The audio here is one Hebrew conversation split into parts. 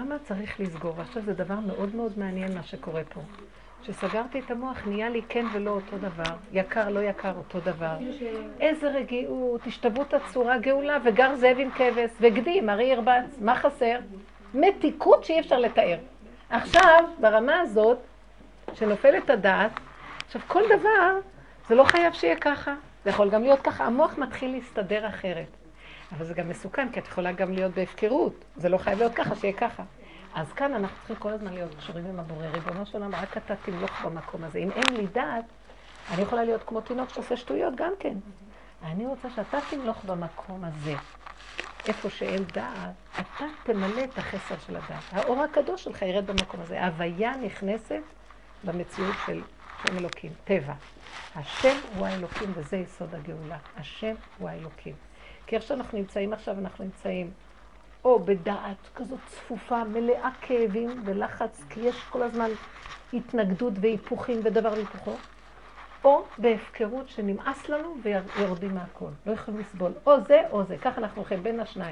למה צריך לסגור? ועכשיו זה דבר מאוד מאוד מעניין מה שקורה פה. כשסגרתי את המוח נהיה לי כן ולא אותו דבר, יקר לא יקר אותו דבר. איזה רגיעות, השתוות הצורה, גאולה וגר זאב עם כבש וגדי, ארי ירבץ, מה חסר? מתיקות שאי אפשר לתאר. עכשיו, ברמה הזאת, שנופלת הדעת, עכשיו כל דבר, זה לא חייב שיהיה ככה. זה יכול גם להיות ככה, המוח מתחיל להסתדר אחרת. אבל זה גם מסוכן, כי את יכולה גם להיות בהפקרות. זה לא חייב להיות ככה, שיהיה ככה. אז כאן אנחנו צריכים כל הזמן להיות קשורים עם הבורא. ריבונו של עולם, רק אתה תמלוך במקום הזה. אם אין לי דעת, אני יכולה להיות כמו תינוק שעושה שטויות גם כן. אני רוצה שאתה תמלוך במקום הזה. איפה שאין דעת, אתה תמלא את החסר של הדעת. האור הקדוש שלך ירד במקום הזה. ההוויה נכנסת במציאות של אלוקים, טבע. השם הוא האלוקים וזה יסוד הגאולה. השם הוא האלוקים. כי איך שאנחנו נמצאים עכשיו, אנחנו נמצאים או בדעת כזאת צפופה, מלאה כאבים ולחץ, כי יש כל הזמן התנגדות והיפוכים ודבר והיפוכו, או בהפקרות שנמאס לנו ויורדים מהכל, לא יכולים לסבול, או זה או זה, ככה אנחנו הולכים בין השניים.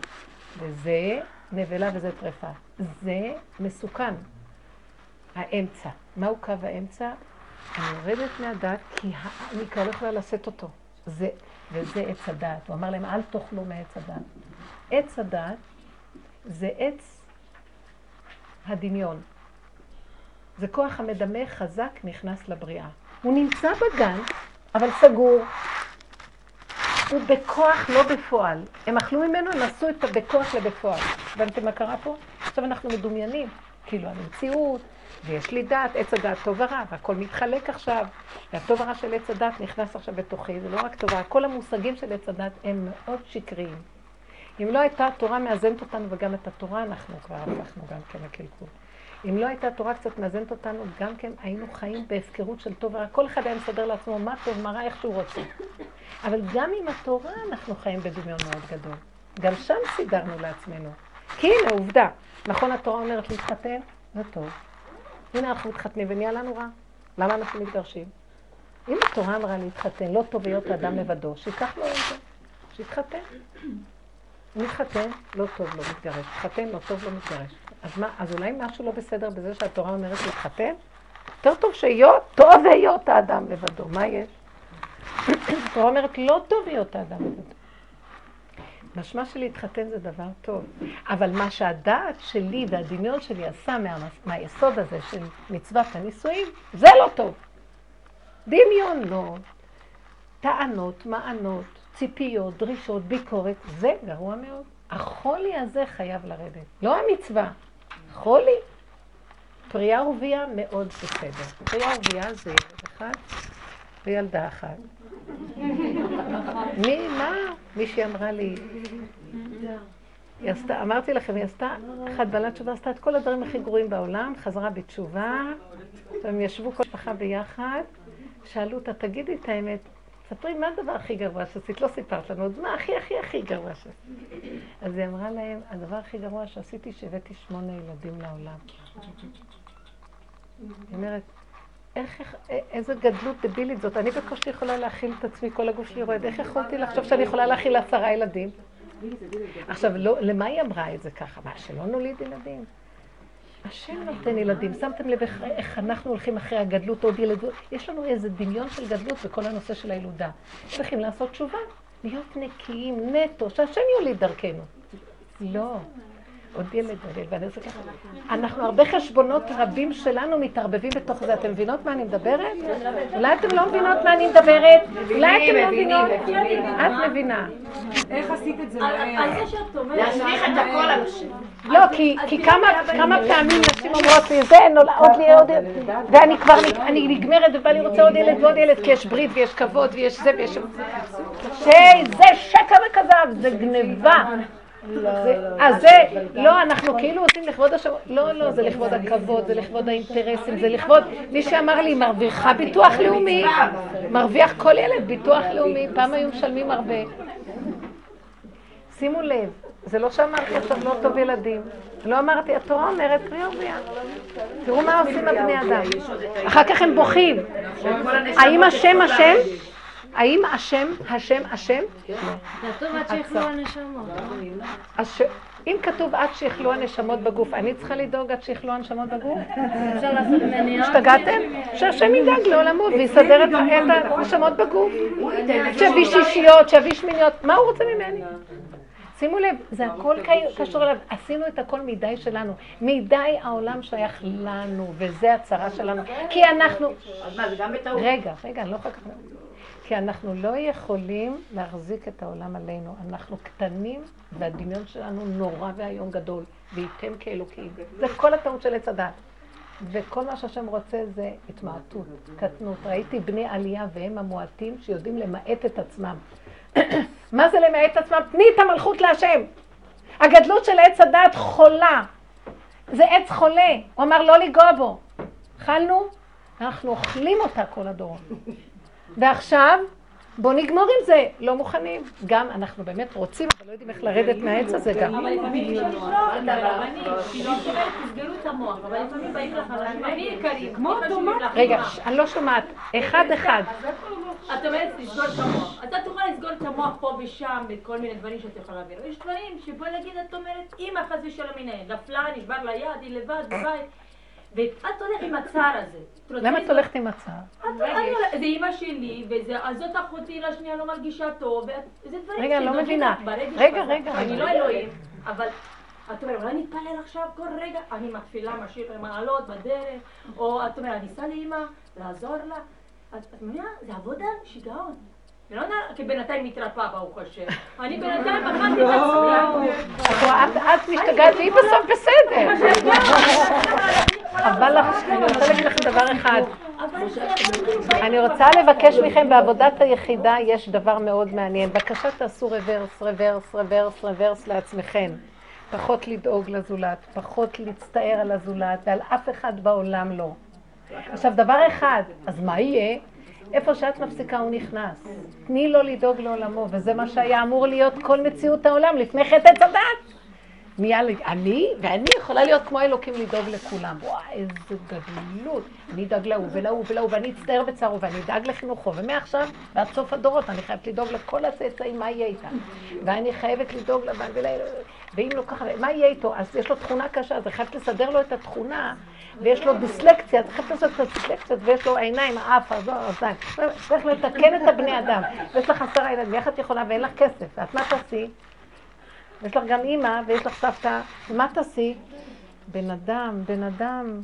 וזה נבלה וזה טרפה, זה מסוכן. האמצע, מהו קו האמצע? אני יורדת מהדעת כי אני כבר לא יכולה לשאת אותו. וזה עץ הדעת. הוא אמר להם, אל תאכלו מעץ הדעת. עץ הדעת זה עץ הדמיון. זה כוח המדמה חזק נכנס לבריאה. הוא נמצא בגן, אבל סגור. הוא בכוח, לא בפועל. הם אכלו ממנו, הם עשו את בכוח לבפועל. הבנתם מה קרה פה? עכשיו אנחנו מדומיינים. כאילו המציאות, ויש לי דעת, עץ הדעת טוב ורע, והכל מתחלק עכשיו. והטוב ורע של עץ הדעת נכנס עכשיו בתוכי, זה לא רק טוב ורע. כל המושגים של עץ הדעת הם מאוד שקריים. אם לא הייתה התורה מאזנת אותנו, וגם את התורה אנחנו כבר הפכנו גם כן לקלקול. אם לא הייתה התורה קצת מאזנת אותנו, גם כן היינו חיים בהפקרות של טוב ורע. כל אחד היה מסדר לעצמו מה טוב, מה רע, איך שהוא רוצה. אבל גם עם התורה אנחנו חיים בדמיון מאוד גדול. גם שם סידרנו לעצמנו. כי הנה, עובדה. נכון, התורה אומרת להתחתן? זה טוב. הנה אנחנו מתחתנים ונהיה לנו רע. למה אנחנו מתגרשים? אם התורה אמרה להתחתן, לא טוב להיות האדם לבדו, שיקח לו את זה. שיתחתן. מתחתן, לא טוב, לא מתגרש. מתחתן, לא טוב, לא מתגרש. אז מה? אז אולי משהו לא בסדר בזה שהתורה אומרת להתחתן? יותר טוב להיות טוב להיות האדם לבדו. מה יש? התורה אומרת לא טוב להיות האדם לבדו. משמע של להתחתן זה דבר טוב. אבל מה שהדעת שלי והדמיון שלי עשה מהיסוד הזה של מצוות הנישואים, זה לא טוב. דמיונות, טענות, מענות, ציפיות, דרישות, ביקורת, זה גרוע מאוד. החולי הזה חייב לרדת. לא המצווה, חולי. פריה ורבייה מאוד בסדר. פריה ורבייה זה ילד אחד וילדה אחת. מה? מישהי אמרה לי, אמרתי לכם, היא עשתה, אחת בעלת תשובה, עשתה את כל הדברים הכי גרועים בעולם, חזרה בתשובה, והם ישבו כל משפחה ביחד, שאלו אותה, תגידי את האמת, ספרי מה הדבר הכי גרוע שעשית, לא סיפרת לנו, מה הכי גרוע שעשית? אז היא אמרה להם, הדבר הכי גרוע שעשיתי, שהבאתי 8 ילדים לעולם. היא אומרת, איזה גדלות דבילית זאת, אני בקושי יכולה להכיל את עצמי, כל הגוף שלי יורד, איך יכולתי לחשוב שאני יכולה להכיל 10 ילדים? עכשיו, למה היא אמרה את זה ככה? מה, שלא נוליד ילדים? השם נותן ילדים, שמתם לב איך אנחנו הולכים אחרי הגדלות עוד ילדות? יש לנו איזה דמיון של גדלות בכל הנושא של הילודה. צריכים לעשות תשובה, להיות נקיים, נטו, שהשם יוליד דרכנו. לא. עוד ילד, ואני עושה ככה. אנחנו הרבה חשבונות רבים שלנו מתערבבים בתוך זה. אתם מבינות מה אני מדברת? אולי אתם לא מבינות מה אני מדברת? אולי אתם לא מבינות? את מבינה. איך עשית את זה? להשליך את הכל על השם. לא, כי כמה פעמים נשים אומרות לי, זה עוד לי עוד ילד. ואני כבר, אני נגמרת ואני רוצה עוד ילד ועוד ילד, כי יש ברית ויש כבוד ויש זה ויש... זה שקר וכזב, זה גניבה. אז זה, לא, אנחנו כאילו עושים לכבוד השם, לא, זה לכבוד הכבוד, זה לכבוד האינטרסים, זה לכבוד, מי שאמר לי, מרוויחה ביטוח לאומי, מרוויח כל ילד ביטוח לאומי, פעם היו משלמים הרבה. שימו לב, זה לא שאמרתי עכשיו לא טוב ילדים, לא אמרתי, התורה אומרת פרי ורבייה. תראו מה עושים הבני אדם, אחר כך הם בוכים. האם השם? האם השם? כתוב עד שיכלו הנשמות. אם כתוב עד שיכלו הנשמות בגוף, אני צריכה לדאוג עד שיכלו הנשמות בגוף? אפשר לעשות מניעה. השתגעתם? שהשם ידאג לעולמו ויסדר את הנשמות בגוף. שיביא שישיות, שיביא שמיניות, מה הוא רוצה ממני? שימו לב, זה הכל קשור אליו, עשינו את הכל מידי שלנו, מידי העולם שייך לנו, וזה הצרה שלנו, כי אנחנו... אז מה, זה גם בטעות? רגע, אני לא אחר כך... כי אנחנו לא יכולים להחזיק את העולם עלינו, אנחנו קטנים והדמיון שלנו נורא והיום גדול, וייתם כאלוקים. זה כל הטעות של עץ הדת. וכל מה שהשם רוצה זה התמעטות, קטנות. ראיתי בני עלייה והם המועטים שיודעים למעט את עצמם. מה זה למעט את עצמם? תני את המלכות להשם. הגדלות של עץ הדת חולה. זה עץ חולה. הוא אמר לא לגוע בו. אכלנו, אנחנו אוכלים אותה כל הדורות. ועכשיו, בוא נגמור עם זה, לא מוכנים. גם אנחנו באמת רוצים, אבל לא יודעים איך לרדת מהעץ הזה גם. אבל לפעמים אפשר לשלוח את הרבנים, כאילו תסגרו את המוח, אבל לפעמים באים לך אנשים הכי יקרים, כמו דומה. רגע, אני לא שומעת, אחד. את אומרת לסגור את המוח. אתה תוכל לסגור את המוח פה ושם, בכל מיני דברים שאתה יכול להעביר. יש דברים שבוא נגיד, את אומרת, אמא חס ושלום מנהל, נפלה, נשבר לה יד, היא לבד, בבית. ואת הולכת עם הצער הזה. למה את הולכת עם הצער? זה אמא שלי, וזאת אחותי לשנייה לא מרגישה טוב, וזה דברים רגע, לא מבינה. רגע. אני לא אלוהים, אבל את אומרת, אולי נתפלל עכשיו כל רגע, אני מתפילה, משאיר מעלות בדרך, או את אומרת, אני אסע לאמא, לעזור לה. את מבינה? זה עבודה, שיגעון. ולא כי בינתיים מתרפא ברוך השם. אני בינתיים בחרתי את עצמי. את משתגעת והיא בסוף בסדר. אבל אני רוצה להגיד לכם דבר אחד. אני רוצה לבקש מכם בעבודת היחידה יש דבר מאוד מעניין. בבקשה תעשו רוורס לעצמכם. פחות לדאוג לזולת, פחות להצטער על הזולת ועל אף אחד בעולם לא. עכשיו דבר אחד, אז מה יהיה? איפה שאת מפסיקה הוא נכנס. תני לו לדאוג לעולמו, וזה מה שהיה אמור להיות כל מציאות העולם לפני חטא עץ הדת. אני יכולה להיות כמו אלוקים לדאוג לכולם. וואי, איזה גדלות. אני אדאג להוא ולהוא, ואני אצטער בצערו, ואני אדאג לחינוכו. ומעכשיו, ועד סוף הדורות, אני חייבת לדאוג לכל הצאצאים, מה יהיה איתה. ואני חייבת לדאוג לבן ואם לא ככה, מה יהיה איתו? אז יש לו תכונה קשה, אז אני חייבת לסדר לו את התכונה, ויש לו דיסלקציה, אז אני חייבת לעשות את הדיסלקציות, ויש לו עיניים, האף, הזין. צריך לתקן את הבני אדם. ויש לך 10 ילדים, איך את יכולה ואין לך כסף. ואת מה תעשי? יש לך גם אמא ויש לך סבתא, מה תעשי? בן אדם,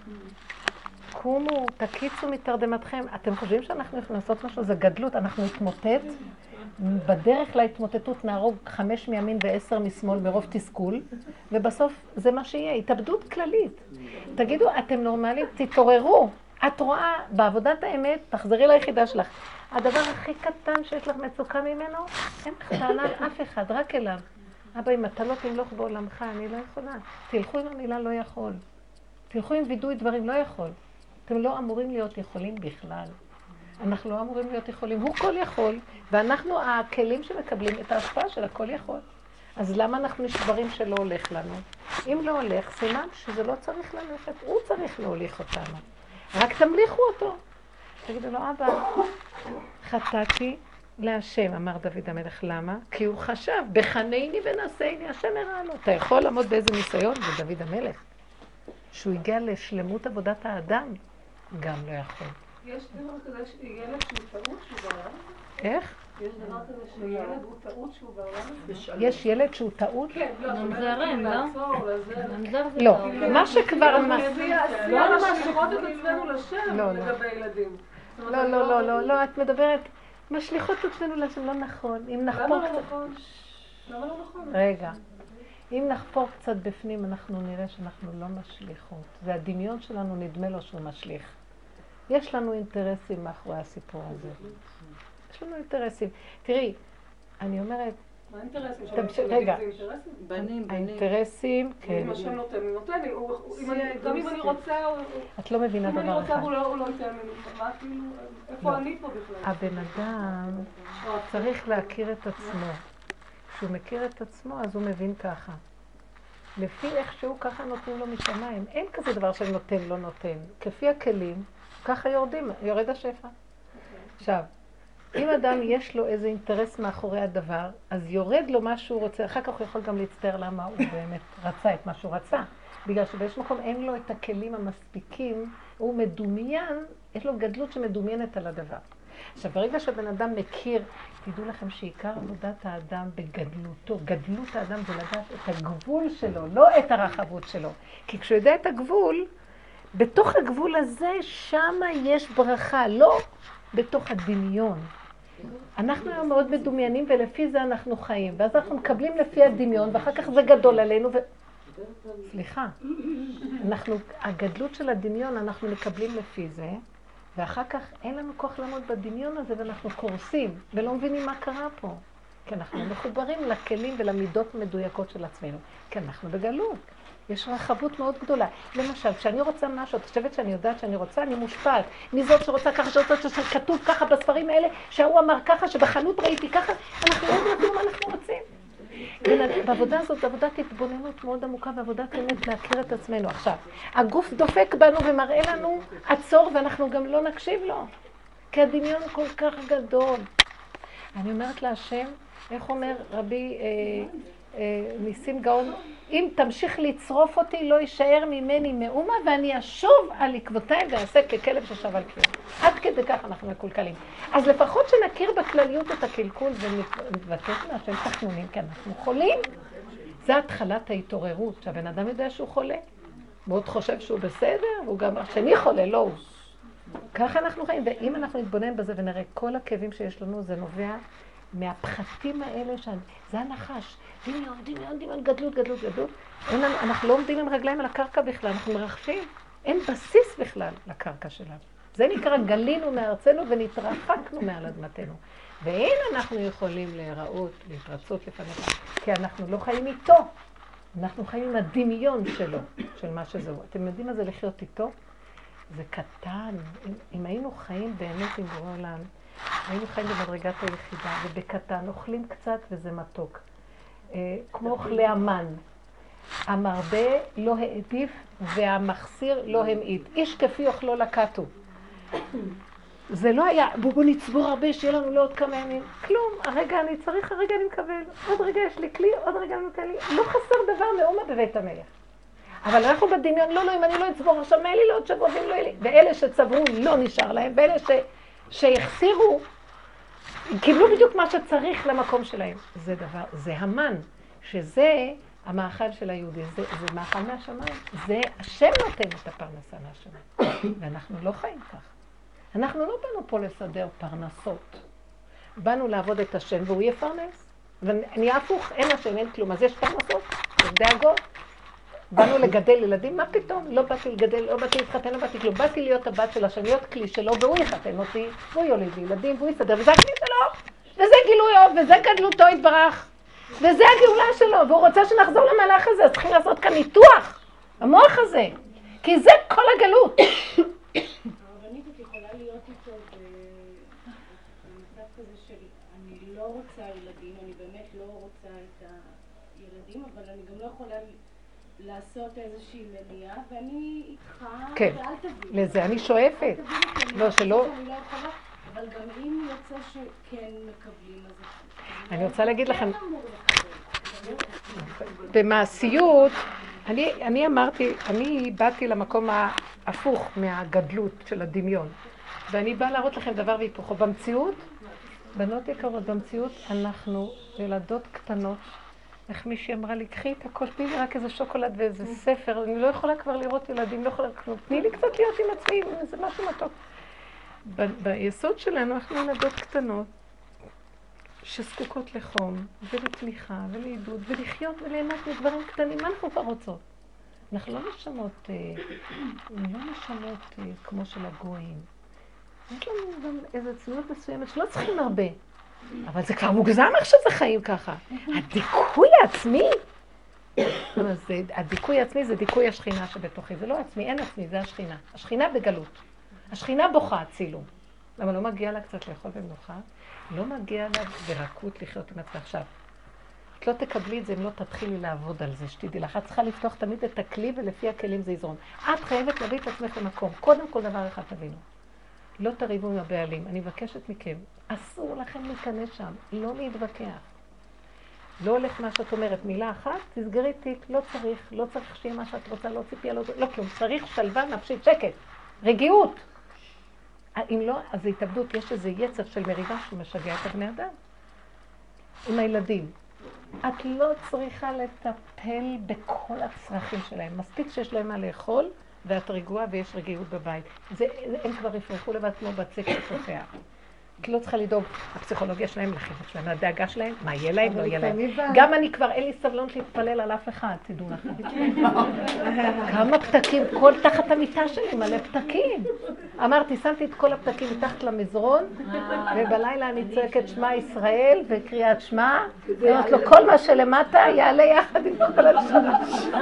קומו, תקיצו מתרדמתכם. אתם חושבים שאנחנו יכולים לעשות משהו? זה גדלות, אנחנו נתמוטט. בדרך להתמוטטות נהרוג 5 מימין ו10 משמאל מרוב תסכול, ובסוף זה מה שיהיה, התאבדות כללית. תגידו, אתם נורמליים, תתעוררו. את רואה, בעבודת האמת, תחזרי ליחידה שלך. הדבר הכי קטן שיש לך מצוקה ממנו, אין לך טענה על אף אחד, רק אליו. אבא, אם אתה לא תמלוך בעולמך, אני לא יכולה. תלכו עם המילה לא יכול. תלכו עם וידוי דברים לא יכול. אתם לא אמורים להיות יכולים בכלל. אנחנו לא אמורים להיות יכולים. הוא כל יכול, ואנחנו הכלים שמקבלים את ההשפעה של הכל יכול. אז למה אנחנו נשברים שלא הולך לנו? אם לא הולך, סימן שזה לא צריך ללכת. הוא צריך להוליך אותנו. רק תמליכו אותו. תגידו לו, אבא, חטאתי להשם, אמר דוד המלך. למה? כי הוא חשב, בחנני ונעשני, השם הראה לו. אתה יכול לעמוד באיזה ניסיון? זה דוד המלך. שהוא הגיע לשלמות עבודת האדם, גם לא יכול. יש דבר כזה שילד שהוא טעות שהוא בעולם? איך? יש דבר כזה שילד הוא טעות שהוא בעולם? יש ילד שהוא טעות? כן, לא, ממזרים, לא? ממזר זה לא, טוב. מה שכבר... לא משליכות את עצמנו לשם לגבי ילדים. לא, את מדברת... משליכות את עצמנו לשם, לא נכון. אם נחפור קצת... למה לא נכון? רגע. אם נחפור קצת בפנים, אנחנו נראה שאנחנו לא משליכות. והדמיון שלנו נדמה לו שהוא משליך. יש לנו אינטרסים מאחורי הסיפור הזה. יש לנו אינטרסים. תראי, אני אומרת... מה האינטרסים? רגע. בנים. האינטרסים, כן. אם השם נותן, הוא נותן לי. גם אם אני רוצה... את לא מבינה דבר אחד. אם אני רוצה, הוא לא ייתן לי. מה כאילו... איפה אני פה בכלל? הבן אדם צריך להכיר את עצמו. כשהוא מכיר את עצמו, אז הוא מבין ככה. לפי איך שהוא ככה נותנים לו משמיים. אין כזה דבר של נותן, לא נותן. כפי הכלים, ככה יורד השפע. עכשיו, אם אדם יש לו איזה אינטרס מאחורי הדבר, אז יורד לו מה שהוא רוצה, אחר כך הוא יכול גם להצטער למה הוא באמת רצה את מה שהוא רצה. בגלל שבאיזשהו מקום אין לו את הכלים המספיקים, הוא מדומיין, יש לו גדלות שמדומיינת על הדבר. עכשיו, ברגע שבן אדם מכיר, תדעו לכם שעיקר עבודת האדם בגדלותו, גדלות האדם זה לדעת את הגבול שלו, לא את הרחבות שלו. כי כשהוא יודע את הגבול, בתוך הגבול הזה, שמה יש ברכה, לא בתוך הדמיון. אנחנו היום מאוד מדומיינים ולפי זה אנחנו חיים, ואז אנחנו מקבלים לפי הדמיון, ואחר כך זה גדול עלינו סליחה, הגדלות של הדמיון אנחנו מקבלים לפי זה, ואחר כך אין לנו כוח לעמוד בדמיון הזה ואנחנו קורסים ולא מבינים מה קרה פה. כי אנחנו מחוברים לכלים ולמידות מדויקות של עצמנו. כי אנחנו בגלות. יש רחבות מאוד גדולה. למשל, כשאני רוצה משהו, את חושבת שאני יודעת שאני רוצה, אני מושפעת. מזאת שרוצה ככה, שרוצה שכתוב ככה בספרים האלה, שהוא אמר ככה, שבחנות ראיתי ככה, אנחנו לא יודעים מה אנחנו רוצים. בעבודה הזאת, עבודת התבוננות מאוד עמוקה, ועבודת אמת להכיר את עצמנו. עכשיו, הגוף דופק בנו ומראה לנו עצור, ואנחנו גם לא נקשיב לו. כי הדמיון כל כך גדול. אני אומרת להשם, איך אומר רבי ניסים גאון, אם תמשיך לצרוף אותי, לא יישאר ממני מאומה, ואני אשוב על עקבותיי ואעשה ככלב ששב על קיום. עד כדי כך אנחנו מקולקלים. אז לפחות שנכיר בכלליות את הקלקול ונתבטאת מהשם תחנונים, כי אנחנו חולים. זה התחלת ההתעוררות, שהבן אדם יודע שהוא חולה. מאוד חושב שהוא בסדר, והוא גם השני חולה, לא הוא. ככה אנחנו חיים, ואם אנחנו נתבונן בזה ונראה כל הכאבים שיש לנו, זה נובע מהפחתים האלה, זה הנחש. דמיון, גדלות. אנחנו לא עומדים עם רגליים על הקרקע בכלל, אנחנו מרחפים. אין בסיס בכלל לקרקע שלנו. זה נקרא גלינו מארצנו ונתרחקנו מעל אדמתנו. ואין אנחנו יכולים להיראות, להתרצות לפניך, כי אנחנו לא חיים איתו. אנחנו חיים עם הדמיון שלו, של מה שזהו. אתם יודעים מה זה לחיות איתו? זה קטן. אם היינו חיים באמת עם בורא עולם, היינו חיים במדרגת היחידה, ובקטן אוכלים קצת וזה מתוק. כמו אוכלי המן. המרבה לא העדיף והמחסיר לא המעיט. איש כפי אוכלו לקטו. זה לא היה, בואו נצבור הרבה, שיהיה לנו לעוד כמה ימים. כלום, הרגע אני צריך, הרגע אני מקבל. עוד רגע יש לי כלי, עוד רגע נותן לי. לא חסר דבר מאומה בבית המלך. אבל אנחנו בדמיון, לא, אם אני לא אצבור עכשיו, מה לי לעוד שבוע, ואם לא יהיה לי. ואלה שצברו לא נשאר להם, ואלה שיחסירו, קיבלו בדיוק מה שצריך למקום שלהם. זה המן, שזה המאכל של היהודי, זה מאכל מהשמיים. זה השם נותן את הפרנסה מהשמיים. ואנחנו לא חיים כך. אנחנו לא באנו פה לסדר פרנסות. באנו לעבוד את השם והוא יפרנס. ואני הפוך, אין השם, אין כלום. אז יש פרנסות, יש דאגות. באנו לגדל ילדים, מה פתאום? לא באתי לגדל, לא באתי להתחתן, לא באתי כלום. באתי להיות הבת של השם, להיות כלי שלו, והוא יחתן אותי, והוא יוליד לי ילדים, והוא יסדר, וזה הכלי שלו, וזה גילויו, וזה גדלותו יתברך, וזה הגאולה שלו, והוא רוצה שנחזור למהלך הזה, אז צריכים לעשות כאן ניתוח, המוח הזה, כי זה כל הגלות. הרבנית, את יכולה להיות איתו במצב כזה של אני לא רוצה ילדים, אני באמת לא רוצה את הילדים, אבל אני גם לא יכולה לעשות איזושהי מניעה, ואני איתך, כן, ואל תביא. לזה אני שואפת. לא, שלא. אני לא יכולה, אבל גם אם יוצא שכן מקבלים, אז אני רוצה להגיד לכם, במעשיות, אני אמרתי, אני באתי למקום ההפוך מהגדלות של הדמיון, ואני באה להראות לכם דבר והיפוכו. במציאות, בנות יקרות, במציאות אנחנו ילדות קטנות, איך מישהי אמרה לי, קחי את הכל, תני לי רק איזה שוקולד ואיזה ספר, אני לא יכולה כבר לראות ילדים, לא יכולה כלום, תני לי קצת להיות עם עצמי, זה משהו מתוק. ביסוד שלנו אנחנו ילדות קטנות, שזקוקות לחום ולתמיכה ולעידוד ולחיות וליהנות מדברים קטנים, מה אנחנו כבר רוצות? אנחנו לא נשמות כמו של הגויים. יש לנו גם איזו צניעות מסוימת שלא צריכים הרבה. אבל זה כבר מוגזם איך שזה חיים ככה. הדיכוי העצמי, הדיכוי העצמי זה דיכוי השכינה שבתוכי. זה לא עצמי, אין עצמי, זה השכינה. השכינה בגלות. השכינה בוכה, צילו. למה לא מגיע לה קצת לאכול במנוחה? לא מגיע לה ברכות לחיות עם עצמך. עכשיו, את לא תקבלי את זה אם לא תתחילי לעבוד על זה, שתדעי לך. את צריכה לפתוח תמיד את הכלי ולפי הכלים זה יזרום. את חייבת להביא את עצמך למקום. קודם כל דבר אחד תבינו. לא תריבו עם הבעלים. אני מבקשת מכם, אסור לכם להיכנס שם, לא להתווכח. לא הולך מה שאת אומרת, מילה אחת, תסגרי תיק, לא צריך שיהיה מה שאת רוצה, לא ציפייה, לא כלום. צריך שלווה נפשית, שקט, רגיעות. אם לא, אז זה התאבדות, יש איזה יצר של מריבה שמשגע את הבני אדם. עם הילדים. את לא צריכה לטפל בכל הצרכים שלהם. מספיק שיש להם מה לאכול, ואת רגועה ויש רגיעות בבית. הם כבר יפרחו לבד כמו בצק שפופח. את לא צריכה לדאוג, הפסיכולוגיה שלהם, לחינוך שלהם, הדאגה שלהם, מה יהיה להם, לא יהיה להם. גם אני כבר אין לי סבלנות להתפלל על אף אחד, תדעו לכם. כמה פתקים, כל תחת המיטה שלי מלא פתקים. אמרתי, שמתי את כל הפתקים מתחת למזרון, ובלילה אני צועקת שמע ישראל וקריאת שמע, ואומרת לו, כל מה שלמטה יעלה יחד עם כל השנה.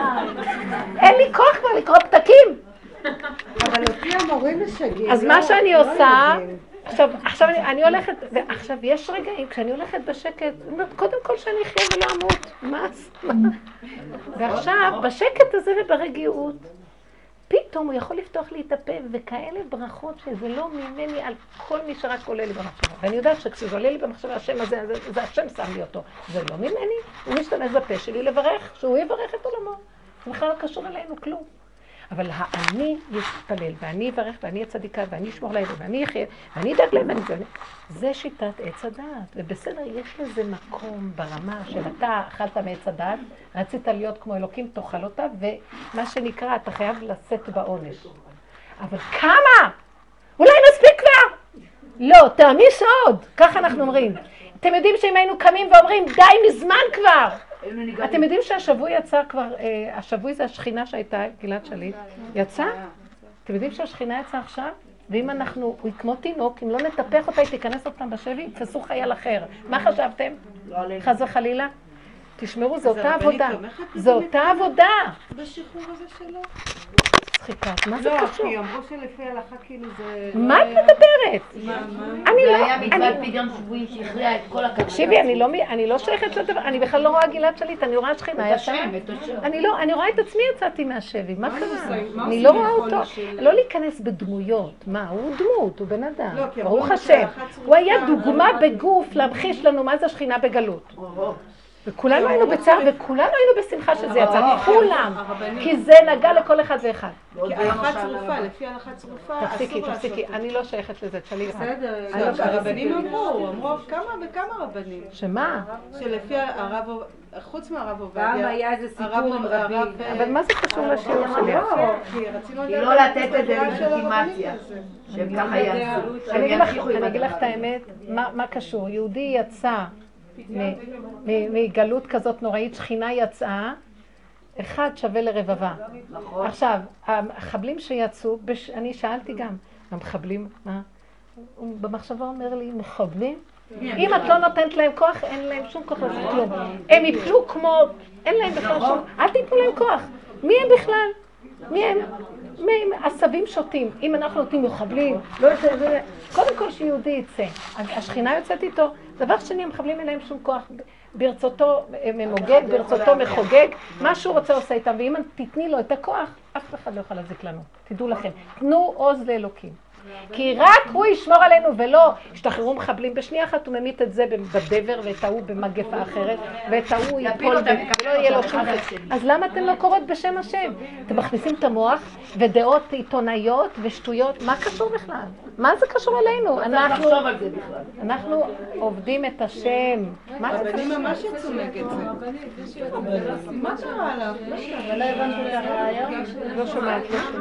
אין לי כוח כבר לקרוא פתקים. אבל אותי המורים משגעים. אז מה שאני עושה, עכשיו אני הולכת, ועכשיו יש רגעים, כשאני הולכת בשקט, קודם כל שאני אחיה ולא אמות, מה? ועכשיו, בשקט הזה וברגיעות, פתאום הוא יכול לפתוח לי את הפה, וכאלה ברכות שזה לא ממני על כל מי שרק עולה לי במחשבה. ואני יודעת שכשזה עולה לי במחשבה, השם הזה, זה השם שם לי אותו. זה לא ממני, הוא משתמש בפה שלי לברך, שהוא יברך את עולמו. זה בכלל לא קשור אלינו כלום. אבל אני יתפלל, ואני אברך, ואני הצדיקה, ואני אשמור להם, ואני אחיה, ואני אדאג להם, זה שיטת עץ הדעת. ובסדר, יש לזה מקום ברמה של אתה אכלת מעץ הדעת, רצית להיות כמו אלוקים, תאכל אותה, ומה שנקרא, אתה חייב לשאת בעונש. אבל כמה? אולי נספיק כבר? לא, תעמיס עוד, ככה אנחנו אומרים. אתם יודעים שאם היינו קמים ואומרים, די מזמן כבר! אתם יודעים שהשבוי יצא כבר, השבוי זה השכינה שהייתה, גלעד שליט, יצא? אתם יודעים שהשכינה יצא עכשיו? ואם אנחנו, הוא כמו תינוק, אם לא נטפח אותה, היא תיכנס אותם בשבי, תפסו חייל אחר. מה חשבתם? חס וחלילה? תשמעו, זו אותה עבודה. זו אותה עבודה. בשחרור הזה שלו? צחיקת, מה זה קשור? לא, כי אמרו שלפי הלכה כאילו זה... מה את מדברת? אני לא... היה מצווה על פי גם שבויים שהכריע את כל הכבוד. תקשיבי, אני לא שייכת לדבר, אני בכלל לא רואה גלעד שליט, אני רואה שכינה יצאה. אני רואה את עצמי יצאתי מהשבי, מה קרה? אני לא רואה אותו. לא להיכנס בדמויות, מה? הוא דמות, הוא בן אדם, ברוך השם. הוא היה דוגמה בגוף להמחיש לנו מה זה שכינה בגלות. וכולנו היינו בצער, וכולנו היינו בשמחה שזה יצא, כולם, כי זה נגע לכל אחד ואחד. כי הלכה צרופה, לפי הלכה צרופה, תפסיקי, אני לא שייכת לזה, תשאלי. בסדר, הרבנים אמרו כמה רבנים. שמה? שלפי הרב, חוץ מהרב עובדיה, פעם היה איזה סיפור עם רבי. אבל מה זה קשור לשיעור שלי? כי רצינו לא לתת את זה לגיטימציה, שהם ככה יעשו. אני אגיד לך את האמת, מה קשור? יהודי יצא מגלות כזאת נוראית, שכינה יצאה, אחד שווה לרבבה. עכשיו, המחבלים שיצאו, אני שאלתי גם, המחבלים, מה? הוא במחשבה אומר לי, מחבלים? אם את לא נותנת להם כוח, אין להם שום כוח לעשות כלום. הם יפלו כמו, אין להם בכלל שום, אל תיתנו להם כוח. מי הם בכלל? מי הם? עשבים שוטים. אם אנחנו נותנים מחבלים, לא יוצא, קודם כל שיהודי יצא. השכינה יוצאת איתו. דבר שני, המחבלים אין להם שום כוח. ברצותו ממוגג, ברצותו מחוגג. מה שהוא רוצה עושה איתם. ואם תתני לו את הכוח, אף אחד לא יכול להזיק לנו. תדעו לכם. תנו עוז לאלוקים. כי רק הוא ישמור עלינו ולא ישתחררו מחבלים בשנייה אחת, הוא ממית את זה בדבר ואת ההוא במגפה אחרת ואת ההוא ייפול ולא יהיה לו שום חצי. אז למה אתם לא קוראות בשם השם? אתם מכניסים את המוח ודעות עיתונאיות ושטויות, מה קשור בכלל? מה זה קשור אלינו? אנחנו עובדים את השם. הרבנים ממש יצאו נגד זה. מה קרה עליו? לא הבנתי את הרעיון. לא שומעת.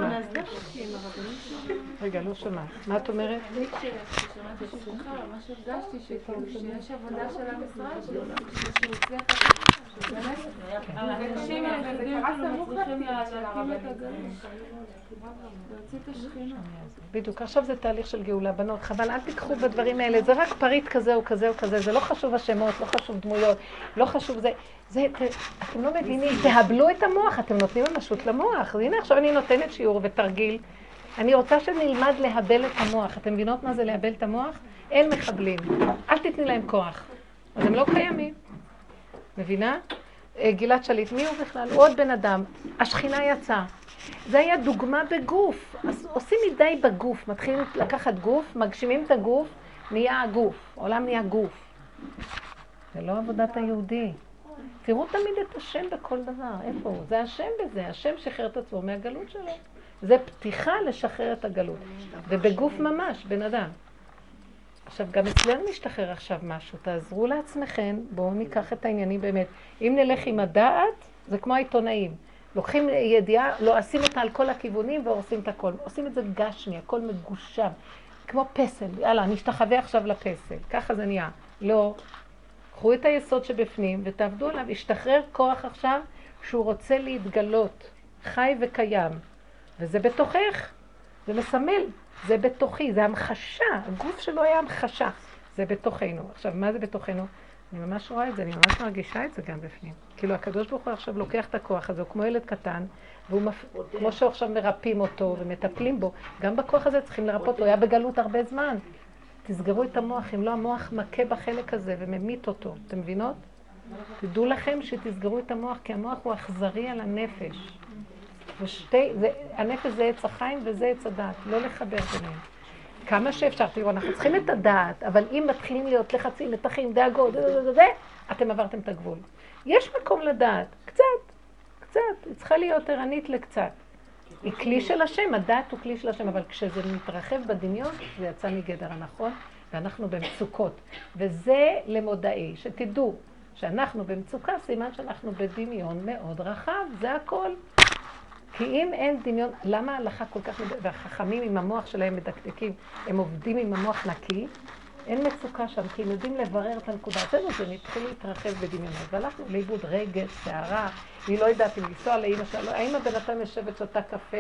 רגע, לא שומעת. מה את אומרת? מה שהרגשתי שיש עבודה של עם ישראל, שהוא הצליח אנשים צריכים להקים את הגלים, להוציא את השכינה. בדיוק, עכשיו זה תהליך של גאולה, בנות, חבל, אל תיקחו בדברים האלה, זה רק פריט כזה או כזה או כזה, זה לא חשוב השמות, לא חשוב דמויות, לא חשוב זה, אתם לא מבינים, תהבלו את המוח, אתם נותנים ממשות למוח, הנה עכשיו אני נותנת שיעור ותרגיל, אני רוצה שנלמד להבל את המוח. אתם מבינות מה זה להבל את המוח? אין מחבלים. אל תתני להם כוח. אז הם לא קיימים. מבינה? גלעד שליט, מי הוא בכלל? הוא עוד בן אדם. השכינה יצאה. זה היה דוגמה בגוף. אז עושים מדי בגוף, מתחילים לקחת גוף, מגשימים את הגוף, נהיה הגוף, עולם נהיה גוף. זה לא עבודת היהודי. תראו תמיד את השם בכל דבר. איפה הוא? זה השם בזה. השם שחרר את עצמו מהגלות שלו. זה פתיחה לשחרר את הגלות. ובגוף ממש, בן אדם. עכשיו, גם אצלנו משתחרר עכשיו משהו. תעזרו לעצמכם, בואו ניקח את העניינים באמת. אם נלך עם הדעת, זה כמו העיתונאים. לוקחים ידיעה, לא עושים אותה על כל הכיוונים ועושים את הכל. עושים את זה גשמי, הכל מגושם. כמו פסל. יאללה, נשתחווה עכשיו לפסל. ככה זה נהיה. לא. קחו את היסוד שבפנים ותעבדו עליו. ישתחרר כוח עכשיו שהוא רוצה להתגלות. חי וקיים. וזה בתוכך. זה מסמל. זה בתוכי. זה המחשה. הגוף שלו היה המחשה. זה בתוכנו. עכשיו, מה זה בתוכנו? אני ממש רואה את זה. אני ממש מרגישה את זה גם בפנים. כאילו, הקדוש ברוך הוא עכשיו לוקח את הכוח הזה. הוא כמו ילד קטן. כמו שעכשיו מרפאים אותו ומטפלים בו. גם בכוח הזה צריכים לרפות. הוא היה בגלות הרבה זמן. תסגרו את המוח, אם לא המוח מכה בחלק הזה וממית אותו. אתם מבינות? תדעו לכם שתסגרו את המוח, כי המוח הוא אכזרי על הנפש. הנפש זה עץ החיים וזה עץ הדעת, לא לחבר ביניהם. כמה שאפשר, תראו, אנחנו צריכים את הדעת, אבל אם מתחילים להיות לחצים, מתחים, דאגות, אתם עברתם את הגבול. יש מקום לדעת, קצת, היא צריכה להיות ערנית לקצת. היא כלי של השם, הדעת הוא כלי של השם, אבל כשזה מתרחב בדמיון, זה יצא מגדר הנכון, ואנחנו במצוקות. וזה למודעי, שתדעו שאנחנו במצוקה, סימן שאנחנו בדמיון מאוד רחב, זה הכל. כי אם אין דמיון, למה ההלכה כל כך, והחכמים עם המוח שלהם מדקדקים, הם עובדים עם המוח נקי, אין מצוקה שם, כי הם יודעים לברר את הנקודה. זה נתחיל להתרחב בדמיונות, והלכנו לאיבוד רגש, שערה, היא לא יודעת אם לנסוע לאמא שלה, האמא בינתיים יושבת שותה קפה,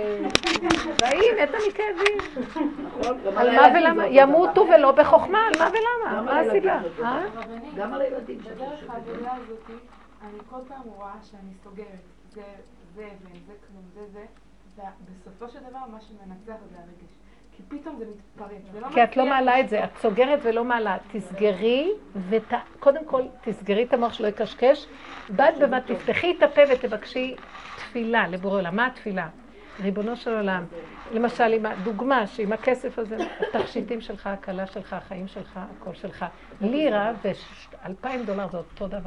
והיא מתה מכאבים. על מה ולמה? ימותו ולא בחוכמה, על מה ולמה? מה הסיבה? גם על הילדים שלך. בדרך העבודה הזאת, אני כל פעם רואה שאני סוגרת. זה אבן, זה כלום, זה, ובסופו של דבר מה שמנצח זה הרגש. כי פתאום זה מתפרץ. כי את לא מעלה את זה, את סוגרת ולא מעלה. תסגרי, קודם כל תסגרי את המוח שלא יקשקש, בד בבד תפתחי את הפה ותבקשי תפילה לבורא עולם. מה התפילה? ריבונו של עולם. למשל, דוגמה שעם הכסף הזה, התכשיטים שלך, הקלה שלך, החיים שלך, הכל שלך. לירה ו$2,000 זה אותו דבר.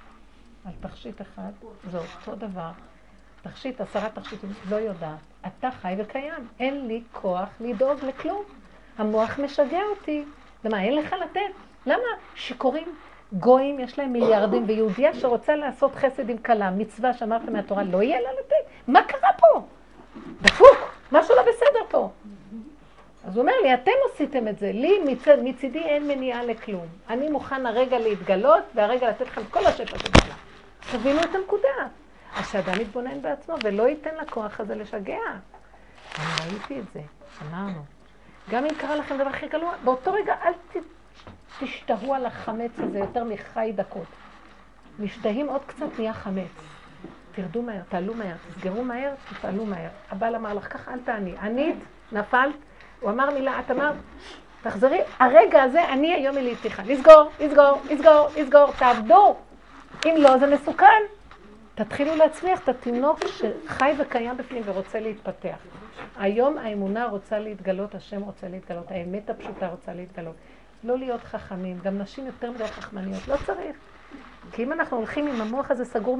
על תכשיט אחד זה אותו דבר. תכשיט, 10 תכשיטים, לא יודעת. אתה חי וקיים. אין לי כוח לדאוג לכלום. המוח משגע אותי. למה? אין לך לתת. למה? שקוראים גויים, יש להם מיליארדים, ויהודיה שרוצה לעשות חסד עם כלה, מצווה שאמרתם מהתורה, לא יהיה לה לתת. מה קרה פה? דפוק, משהו לא בסדר פה. אז הוא אומר לי, אתם עשיתם את זה. לי מצידי אין מניעה לכלום. אני מוכן הרגע להתגלות, והרגע לתת לכם כל השפע שבכלל. תבינו את הנקודה. אז שאדם יתבונן בעצמו ולא ייתן לכוח הזה לשגע. אני ראיתי את זה, אמרנו. גם אם קרה לכם דבר הכי גלוע, באותו רגע אל תשתהו על החמץ הזה יותר מחי דקות. משתהים עוד קצת נהיה חמץ. תרדו מהר, תעלו מהר, תסגרו מהר, תפעלו מהר. הבעל אמר לך, ככה אל תעני. ענית, נפלת, הוא אמר מילה, את אמרת, תחזרי, הרגע הזה אני היום אלי איתך. לסגור, תעבדו. אם לא, זה מסוכן. תתחילו להצליח את התינוק שחי וקיים בפנים ורוצה להתפתח. היום האמונה רוצה להתגלות, השם רוצה להתגלות, האמת הפשוטה רוצה להתגלות. לא להיות חכמים, גם נשים יותר מדי חכמניות, לא צריך. כי אם אנחנו הולכים עם המוח הזה סגור,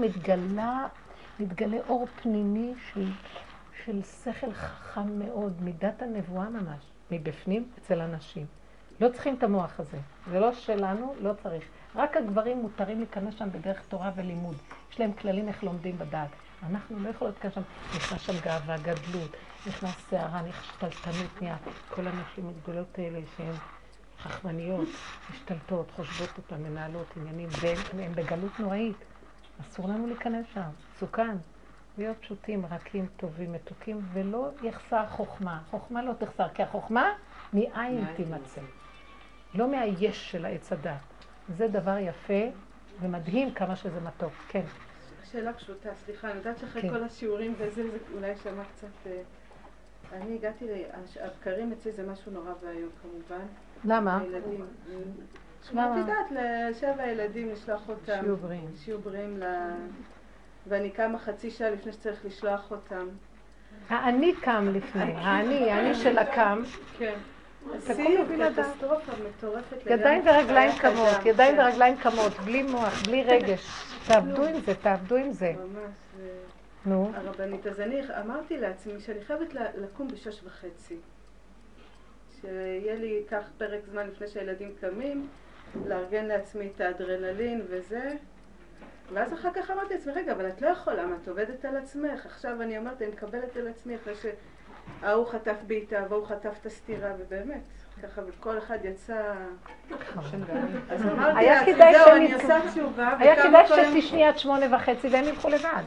מתגלה אור פנימי של שכל חכם מאוד, מידת הנבואה ממש, מבפנים אצל אנשים. לא צריכים את המוח הזה, זה לא שלנו, לא צריך. רק הגברים מותרים להיכנס שם בדרך תורה ולימוד. יש להם כללים איך לומדים בדעת. אנחנו לא יכולות להיכנס שם, נכנס שם גאווה, גדלות, נכנס שערה, נכשתלטנות נהיה. כל הנשים הגדולות האלה שהן חכמניות, משתלטות, חושבות אותן, מנהלות עניינים, והן בגלות נוראית. אסור לנו להיכנס שם, סוכן. להיות פשוטים, רכים, טובים, מתוקים, ולא יחסר חוכמה. חוכמה לא תחסר, כי החוכמה מאין תימצא. לא מהיש של העץ הדת. זה דבר יפה ומדהים כמה שזה מתוק. כן. שאלה פשוטה, סליחה, אני יודעת שאחרי כל השיעורים וזה, זה אולי שמע קצת... אני הגעתי, הבקרים אצלי זה משהו נורא והיום כמובן. למה? הילדים. את יודעת, ל7 ילדים לשלוח אותם. שיעורים. ואני קמה חצי שעה לפני שצריך לשלוח אותם. האני קם לפני, האני של הקם. כן. תקומי בלעדיו. קטסטרופה מטורפת. ידיים ורגליים קמות, ידיים ורגליים קמות, בלי מוח, בלי רגש. תעבדו עם זה, תעבדו עם זה. ממש. נו. הרבנית, אז אני אמרתי לעצמי שאני חייבת לקום ב6:30. שיהיה לי כך פרק זמן לפני שהילדים קמים, לארגן לעצמי את האדרנלין וזה. ואז אחר כך אמרתי לעצמי, רגע, אבל את לא יכולה, מה, את עובדת על עצמך. עכשיו אני אומרת, אני מקבלת על עצמי אחרי שההוא חטף בעיטה והוא חטף את הסתירה, ובאמת, ככה, וכל אחד יצא... אז אמרתי לעצמי, זהו, אני עושה תשובה, היה כדאי שתשני עד 8:30 והם ילכו לבד.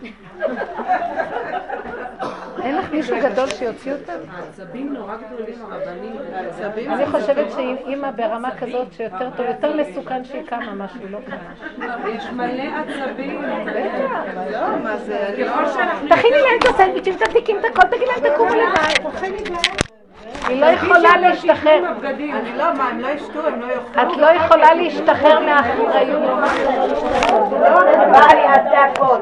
אין לך מישהו גדול שיוציא אותם? העצבים נורא גדולים, הרבנים. אני חושבת שאם אימא ברמה כזאת שיותר טוב, יותר מסוכן שהיא קמה משהו, לא קרה. יש מלא עצבים. לא, מה זה? תכיני להם את הסנדוויצ'ים, תתיקים את הכל, תגיד להם תקומו לבד. היא לא יכולה להשתחרר. אני לא, מה, הם לא ישתו, הם לא יאכלו. את לא יכולה להשתחרר מהאחריות. בעלי עשה הכל.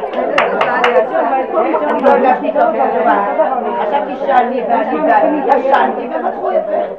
אני לא הגשתי את הרבה. חשבתי שאני ואני ישנתי והם הלכו יפה.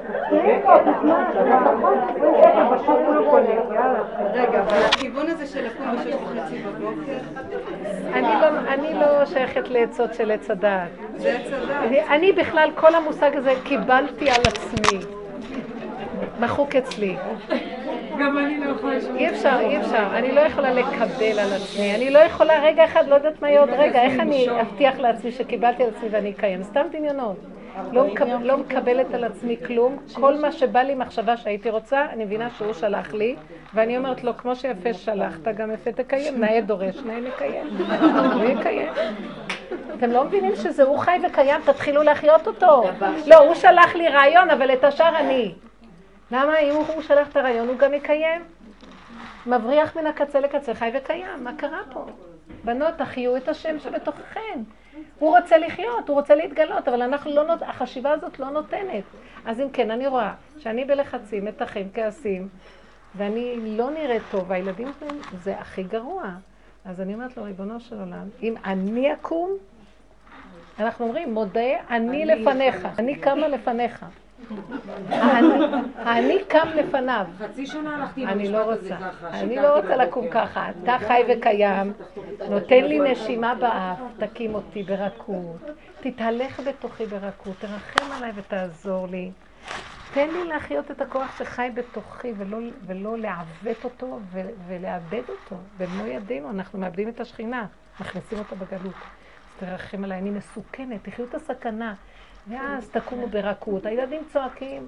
רגע, אבל הכיוון הזה של לקום ב6:30 בבוקר, אני לא שייכת לעצות של עץ הדעת. זה עץ הדעת. אני בכלל, כל המושג הזה קיבלתי על עצמי. מחוק אצלי. גם אני לא יכולה לשמוע. אי אפשר. אני לא יכולה לקבל על עצמי. אני לא יכולה, רגע אחד, לא יודעת מה יהיה עוד רגע. איך אני אבטיח לעצמי שקיבלתי על עצמי ואני אקיים? סתם דמיונות. לא מקבלת על עצמי כלום. כל מה שבא לי מחשבה שהייתי רוצה, אני מבינה שהוא שלח לי. ואני אומרת לו, כמו שיפה שלחת, גם יפה תקיים. נאה דורש, נאה מקיים. הוא יקיים. אתם לא מבינים שזה הוא חי וקיים, תתחילו להחיות אותו. לא, הוא שלח לי רעיון, אבל את השאר אני. למה? אם הוא שלח את הרעיון, הוא גם יקיים. מבריח מן הקצה לקצה, חי וקיים. מה קרה פה? בנות, תחיו את השם שבתוככן. הוא רוצה לחיות, הוא רוצה להתגלות, אבל החשיבה הזאת לא נותנת. אז אם כן, אני רואה שאני בלחצים, מתחים, כעסים, ואני לא נראית טוב, והילדים שלהם זה הכי גרוע. אז אני אומרת לו, ריבונו של עולם, אם אני אקום, אנחנו אומרים, מודה, אני לפניך, אני קמה לפניך. אני קם לפניו. חצי שנה הלכתי אני לא רוצה. אני לא רוצה לקום ככה. אתה חי וקיים, נותן לי נשימה באף, תקים אותי ברכות, תתהלך בתוכי ברכות, תרחם עליי ותעזור לי. תן לי להחיות את הכוח שחי בתוכי ולא לעוות אותו ולאבד אותו. במו ידינו אנחנו מאבדים את השכינה, מכניסים אותה בגלות. אז תרחם עליי, אני מסוכנת, תחיו את הסכנה. ואז תקומו ברכות, הילדים צועקים.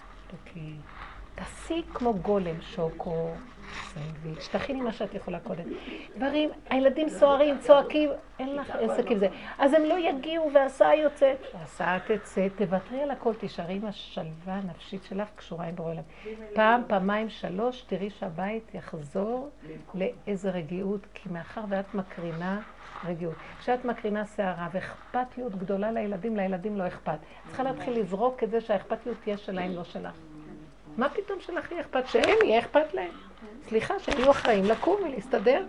תעשי כמו גולם, שוקו, סנדוויץ', תכיני מה שאת יכולה קודם. דברים, הילדים סוערים, צועקים, אין לך עסק עם זה. אז הם לא יגיעו והסעה יוצאת. הסעה תצא, תוותרי על הכל, תישארי עם השלווה הנפשית שלך, קשורה עם בורא עולם. פעם, פעמיים, 3, תראי שהבית יחזור לאיזה רגיעות, כי מאחר ואת מקרינה רגיעות. כשאת מקרינה שערה ואכפתיות גדולה לילדים לא אכפת. צריכה להתחיל לזרוק את זה שהאכפתיות תהיה שלהם, לא שלך. מה פתאום שלך יהיה אכפת? שהם יהיה אכפת להם. סליחה, שהם יהיו אחראים לקום ולהסתדר.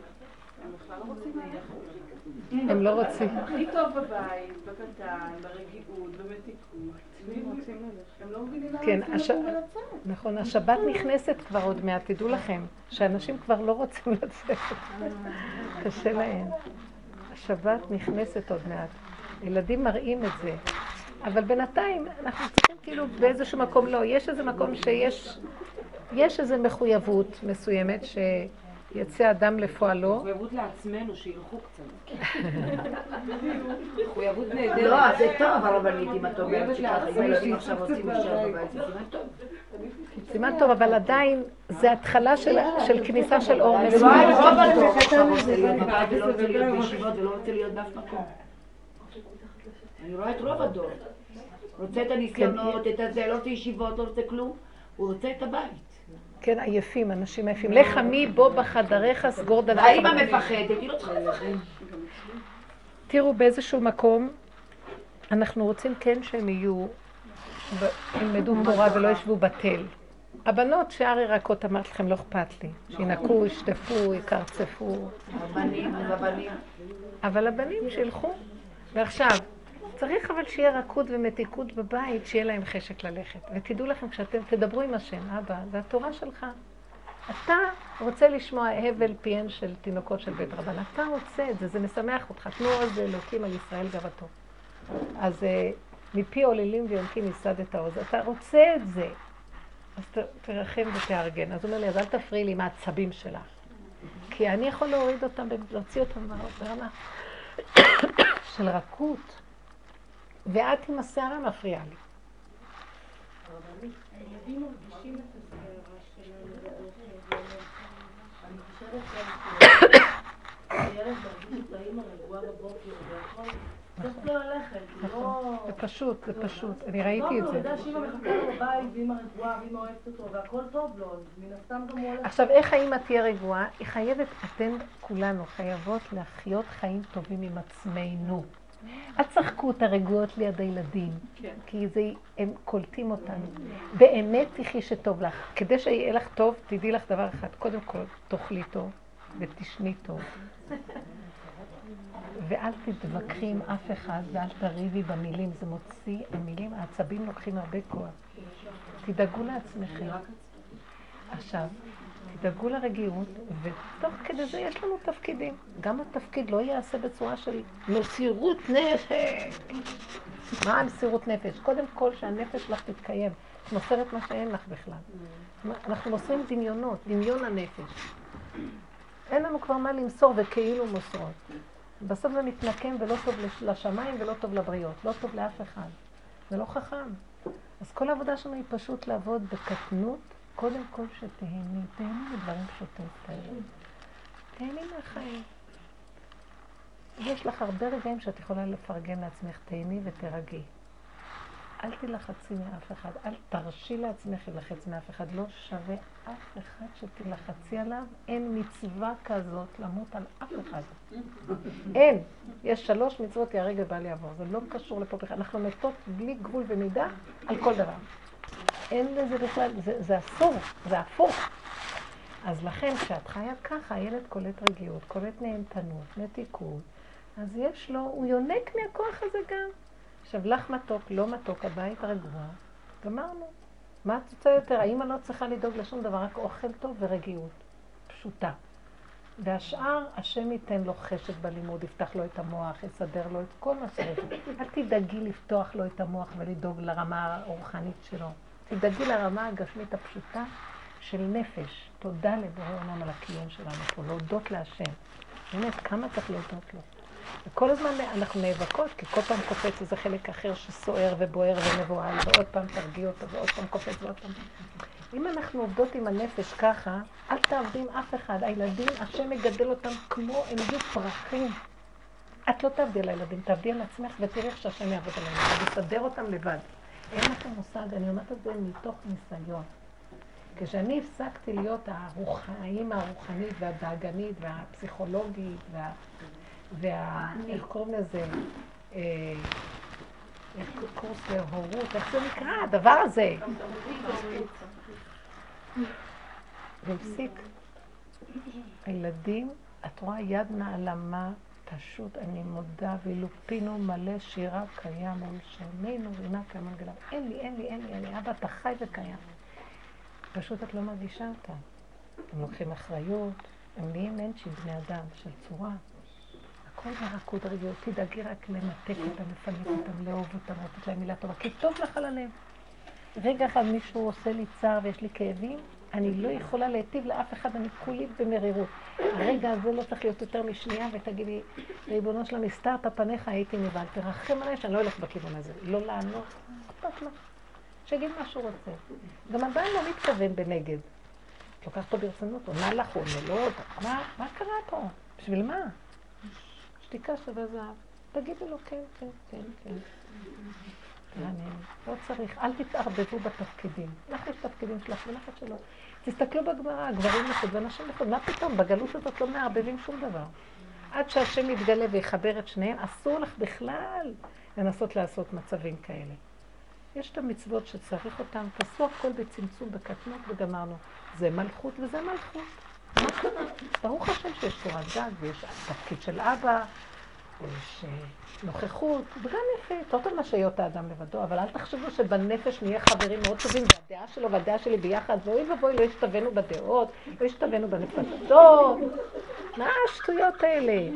הם לא רוצים. הכי טוב בבית, בקטן, ברגיעות, במתיקות. הם לא מבינים למה כן, רוצים לקום ולצאת. נכון, השבת נכנסת כבר עוד מעט, תדעו לכם, שאנשים כבר לא רוצים לצאת. קשה להם. השבת נכנסת עוד מעט. ילדים מראים את זה. אבל בינתיים אנחנו צריכים כאילו באיזשהו מקום, לא, יש איזה מקום יש איזו מחויבות מסוימת שיצא אדם לפועלו. מחויבות לעצמנו, שילכו קצת. מחויבות נהדרת. לא, זה טוב, אבל רבנית, אם את אומרת שככה, אם ילדים עכשיו רוצים להישאר בבית, זה סימן טוב. סימן טוב, אבל עדיין זה התחלה של כניסה של אור אני מסוים. רואה את רוב הדור עכשיו רוצה להיות בבית ולא רוצה להיות בישיבות ולא רוצה להיות באף מקום. אני רואה את רוב הדור. רוצה את הניסיונות, את הזה, לא רוצה ישיבות, לא רוצה כלום. הוא רוצה את הבית. כן, עייפים, אנשים עייפים. לך עמי בו בחדריך סגור דלתך. האמא מפחדת, היא לא צריכה לפחד. תראו, באיזשהו מקום, אנחנו רוצים כן שהם יהיו, ילמדו תורה ולא ישבו בתל. הבנות שאר ירקות אמרת לכם, לא אכפת לי. שינקו, ישטפו, יקרצפו. הבנים. אבל הבנים שילכו. ועכשיו, צריך אבל שיהיה רכות ומתיקות בבית, שיהיה להם חשק ללכת. ותדעו לכם, כשאתם תדברו עם השם, אבא, זה התורה שלך. אתה רוצה לשמוע הבל פיהן של תינוקות של בית רבן. אתה רוצה את זה, זה משמח אותך. תנו עוז אלוקים על ישראל גבתו. אז מפי עוללים ויונקים ייסד את העוז. אתה רוצה את זה. אז תרחם ותארגן. אז הוא אומר לי, אז אל תפריעי לי מהעצבים שלך. כי אני יכול להוריד אותם, להוציא אותם ברמה של רכות. ואת עם השערה מפריעה לי. הילדים מרגישים את הסערה שלנו. אני חושבת שהילד מרגיש את האמא רגועה בבוקר והכל. צריך לא ללכת, לא... זה פשוט, זה פשוט. אני ראיתי את זה. הוא יודע שאמא מחכה לו בבית ואמא רגועה ואמא אוהבת אותו והכל טוב לו, מן הסתם גם הוא הולך. עכשיו, איך האמא תהיה רגועה? היא חייבת, אתן כולנו חייבות לחיות חיים טובים עם עצמנו. אל תשחקו את הרגועות ליד הילדים, כי הם קולטים אותנו. באמת תחי שטוב לך. כדי שיהיה לך טוב, תדעי לך דבר אחד. קודם כל, תאכלי טוב ותשני טוב. ואל תתווכחי עם אף אחד ואל תריבי במילים. זה מוציא, המילים, העצבים לוקחים הרבה כוח. תדאגו לעצמכם. עכשיו, תדאגו לרגיעות, ותוך כדי זה יש לנו תפקידים. גם התפקיד לא יעשה בצורה של מסירות נפש. מה המסירות נפש? קודם כל שהנפש שלך תתקיים. את מוסרת מה שאין לך בכלל. אנחנו מוסרים דמיונות, דמיון הנפש. אין לנו כבר מה למסור וכאילו מוסרות. בסוף זה מתנקם ולא טוב לשמיים ולא טוב לבריות. לא טוב לאף אחד. זה לא חכם. אז כל העבודה שלנו היא פשוט לעבוד בקטנות, קודם כל שתהני, תהני מדברים פשוטות כאלה. תהני מהחיים. יש לך הרבה רגעים שאת יכולה לפרגן לעצמך, תהני ותרגי. אל תלחצי מאף אחד, אל תרשי לעצמך ללחץ מאף אחד, לא שווה אף אחד שתלחצי עליו, אין מצווה כזאת למות על אף אחד. אין, יש 3 מצוות יהרג ובל יעבור, זה לא קשור לפה בכלל, אנחנו מתות בלי גבול ומידה על כל דבר. אין לזה בכלל, זה אסור, זה הפוך. אז לכן כשאת חיה ככה, הילד קולט רגיעות, קולט נהנתנות, מתיקות, אז יש לו, הוא יונק מהכוח הזה גם. עכשיו, לך מתוק, לא מתוק, הבית רגוע, גמרנו. מה את רוצה יותר? האמא לא צריכה לדאוג לשום דבר, רק אוכל טוב ורגיעות. פשוטה. והשאר, השם ייתן לו חשק בלימוד, יפתח לו את המוח, יסדר לו את כל מה שצריך. אל תדאגי לפתוח לו את המוח ולדאוג לרמה הרוחנית שלו. תדאגי לרמה הגשמית הפשוטה של נפש. תודה לבורא עולם על הקיום שלנו פה, להודות להשם. באמת, כמה צריך להודות לו? וכל הזמן אנחנו נאבקות, כי כל פעם קופץ איזה חלק אחר שסוער ובוער ומבועל, ועוד פעם תרגיע אותו, ועוד פעם קופץ ועוד פעם. אם אנחנו עובדות עם הנפש ככה, אל תעבדי עם אף אחד. הילדים, השם מגדל אותם כמו הם יהיו פרחים. את לא תעבדי על הילדים, תעבדי על עצמך ותראי איך שהשם יעבוד עליהם. ויסדר אותם לבד. אין לכם מושג, אני אומרת את זה מתוך ניסיון. כשאני הפסקתי להיות האמא הרוחנית והדאגנית והפסיכולוגית איך קוראים לזה? איך קורס להורות? איך זה נקרא? הדבר הזה. והפסיק. הילדים, את רואה יד נעלמה, פשוט אני מודה, ואילו פינו מלא שירה קיים מול שמנו רינה כמנגלה. אין לי, אבא אתה חי וקיים. פשוט את לא מרגישה אותם. הם לוקחים אחריות, הם נהיים מנצ'ים בני אדם של צורה. הכל ברכות רגיעות, תדאגי רק למתק אותם, לפנק אותם, לאהוב אותם, לתת להם מילה טובה, כי טוב לך על הלב. רגע אחד מישהו עושה לי צער ויש לי כאבים, אני לא יכולה להיטיב לאף אחד, אני כולי במרירות. הרגע הזה לא צריך להיות יותר משנייה ותגידי, ריבונו שלנו, הסתרת פניך, הייתי נבהל, תרחם עליי שאני לא הולך בכיוון הזה. לא לענות, אכפת לך. שיגיד מה שהוא רוצה. גם עדיין לא מתכוון בנגד. לוקח אותו ברצינות, עונה לך, הוא עונה לו, מה קרה פה? בשביל מה? שתיקה שווה זהב. תגידו לו כן. לא צריך, אל תתערבבו בתפקידים. לך יש תפקידים שלך ולך את שלו. תסתכלו בגמרא, גברים לחוד ואנשים לחוד. מה פתאום? בגלות הזאת לא מערבבים שום דבר. עד שהשם יתגלה ויחבר את שניהם, אסור לך בכלל לנסות לעשות מצבים כאלה. יש את המצוות שצריך אותן, תעשו הכל בצמצום, בקטנות וגמרנו. זה מלכות וזה מלכות. ברוך השם שיש קורת גג ויש תפקיד של אבא, יש נוכחות, וגם יפה, טוב מה שיות האדם לבדו, אבל אל תחשבו שבנפש נהיה חברים מאוד טובים, והדעה שלו והדעה שלי ביחד, ואוי ובואי לא השתווינו בדעות, לא השתווינו בנפשות. מה השטויות האלה?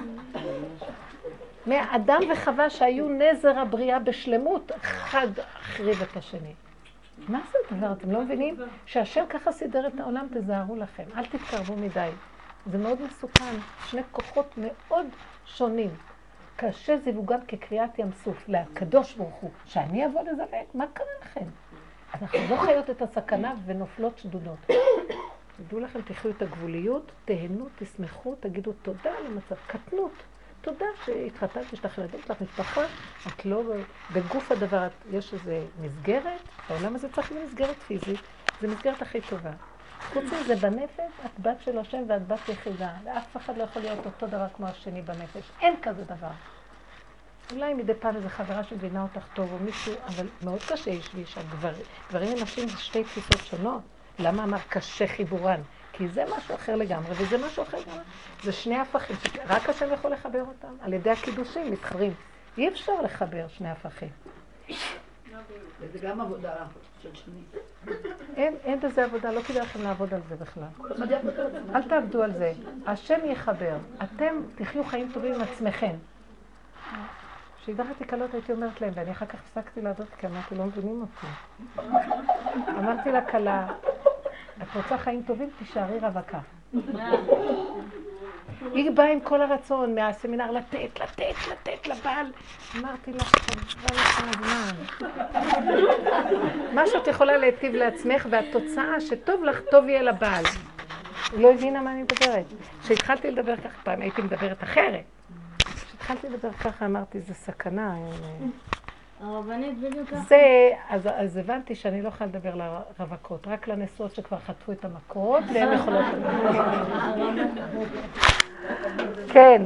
מהאדם וחווה שהיו נזר הבריאה בשלמות, אחד החריב את השני. מה זה הדבר? אתם לא מבינים? שהשם ככה סידר את העולם, תזהרו לכם, אל תתקרבו מדי. זה מאוד מסוכן, שני כוחות מאוד שונים. קשה זיווגם כקריאת ים סוף, לקדוש ברוך הוא, שאני אבוא לזווק, מה קרה לכם? אנחנו לא חיות את הסכנה ונופלות שדודות. תדעו לכם, תחיו את הגבוליות, תהנו, תשמחו, תגידו תודה למצב, קטנות. תודה שהתחתנת, יש לך ילדים, יש לך משפחה, את לא בגוף הדבר, יש איזו מסגרת, העולם הזה צריך מסגרת פיזית, זו מסגרת הכי טובה. חוץ מזה, בנפש, את בת של השם ואת בת יחידה. לאף אחד לא יכול להיות אותו דבר כמו השני בנפש. אין כזה דבר. אולי מדי פעם איזו חברה שמבינה אותך טוב או מישהו, אבל מאוד קשה איש ואישה. גברים ונשים זה שתי תפיסות שונות. למה אמר קשה חיבורן? כי זה משהו אחר לגמרי, וזה משהו אחר לגמרי. זה שני הפכים, רק השם יכול לחבר אותם. על ידי הקידושים מתחברים. אי אפשר לחבר שני הפכים. וזה גם עבודה של שני. אין בזה עבודה, לא כדאי לכם לעבוד על זה בכלל. אל תעבדו על זה. השם יחבר. אתם תחיו חיים טובים עם עצמכם. כשהדרכתי קלות הייתי אומרת להם, ואני אחר כך הפסקתי לעבוד, כי אמרתי, לא מבינים אותי. אמרתי לה קלה, את רוצה חיים טובים, תישארי רווקה. היא באה עם כל הרצון מהסמינר לתת לבעל. אמרתי לה, חבל לך הזמן. מה שאת יכולה להיטיב לעצמך, והתוצאה שטוב לך, טוב יהיה לבעל. היא לא הבינה מה אני מדברת. כשהתחלתי לדבר ככה, פעם הייתי מדברת אחרת. כשהתחלתי לדבר ככה, אמרתי, זה סכנה. הרבנית בדיוק ככה. אז הבנתי שאני לא יכולה לדבר לרווקות, רק לנשואות שכבר חטפו את המכות, והן יכולות לדבר. כן.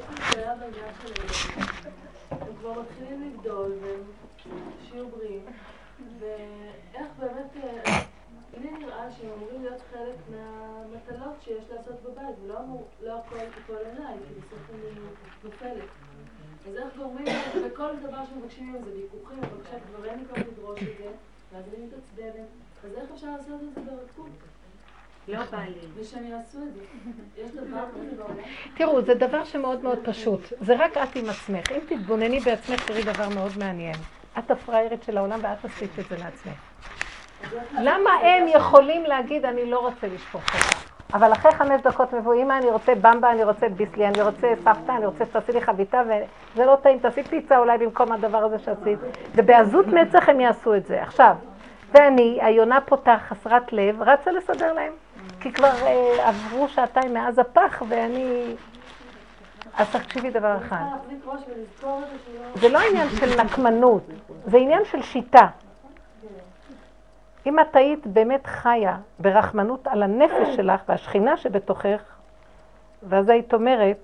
הם כבר מתחילים לגדול והם שיהיו בריאים, ואיך באמת, לי נראה שהם אמורים להיות חלק מהמטלות שיש לעשות בבית, ולא הכל תיפול עליי, כי בסוף אני נופלת. אז איך גורמים, וכל דבר שמבקשים מהם זה ויכוחים, אבל כשכבר אין לי כבר לדרוש את זה, ואז אני מתעצבנת, אז איך אפשר לעשות את זה ברכות? לא בא לי. ושהם יעשו את זה. יש דבר כזה בעולם. תראו, זה דבר שמאוד מאוד פשוט. זה רק את עם עצמך. אם תתבונני בעצמך, תראי דבר מאוד מעניין. את הפריירת של העולם ואת עשית את זה לעצמך. למה הם יכולים להגיד, אני לא רוצה לשפוך אותך? אבל אחרי 5 דקות מבוא, אמא, אני רוצה במבה, אני רוצה ביסלי, אני רוצה סבתא, אני רוצה שתעשי לי חביתה, וזה לא טעים, תעשי פיצה אולי במקום הדבר הזה שעשית. ובעזות מצח הם יעשו את זה. עכשיו, ואני, היונה פותח, חסרת לב, רצה לסדר להם. כי כבר עברו 2 מאז הפח, ואני... אז תקשיבי דבר אחד. זה לא עניין של נקמנות, זה עניין של שיטה. אם את היית באמת חיה ברחמנות על הנפש שלך והשכינה שבתוכך, ואז היית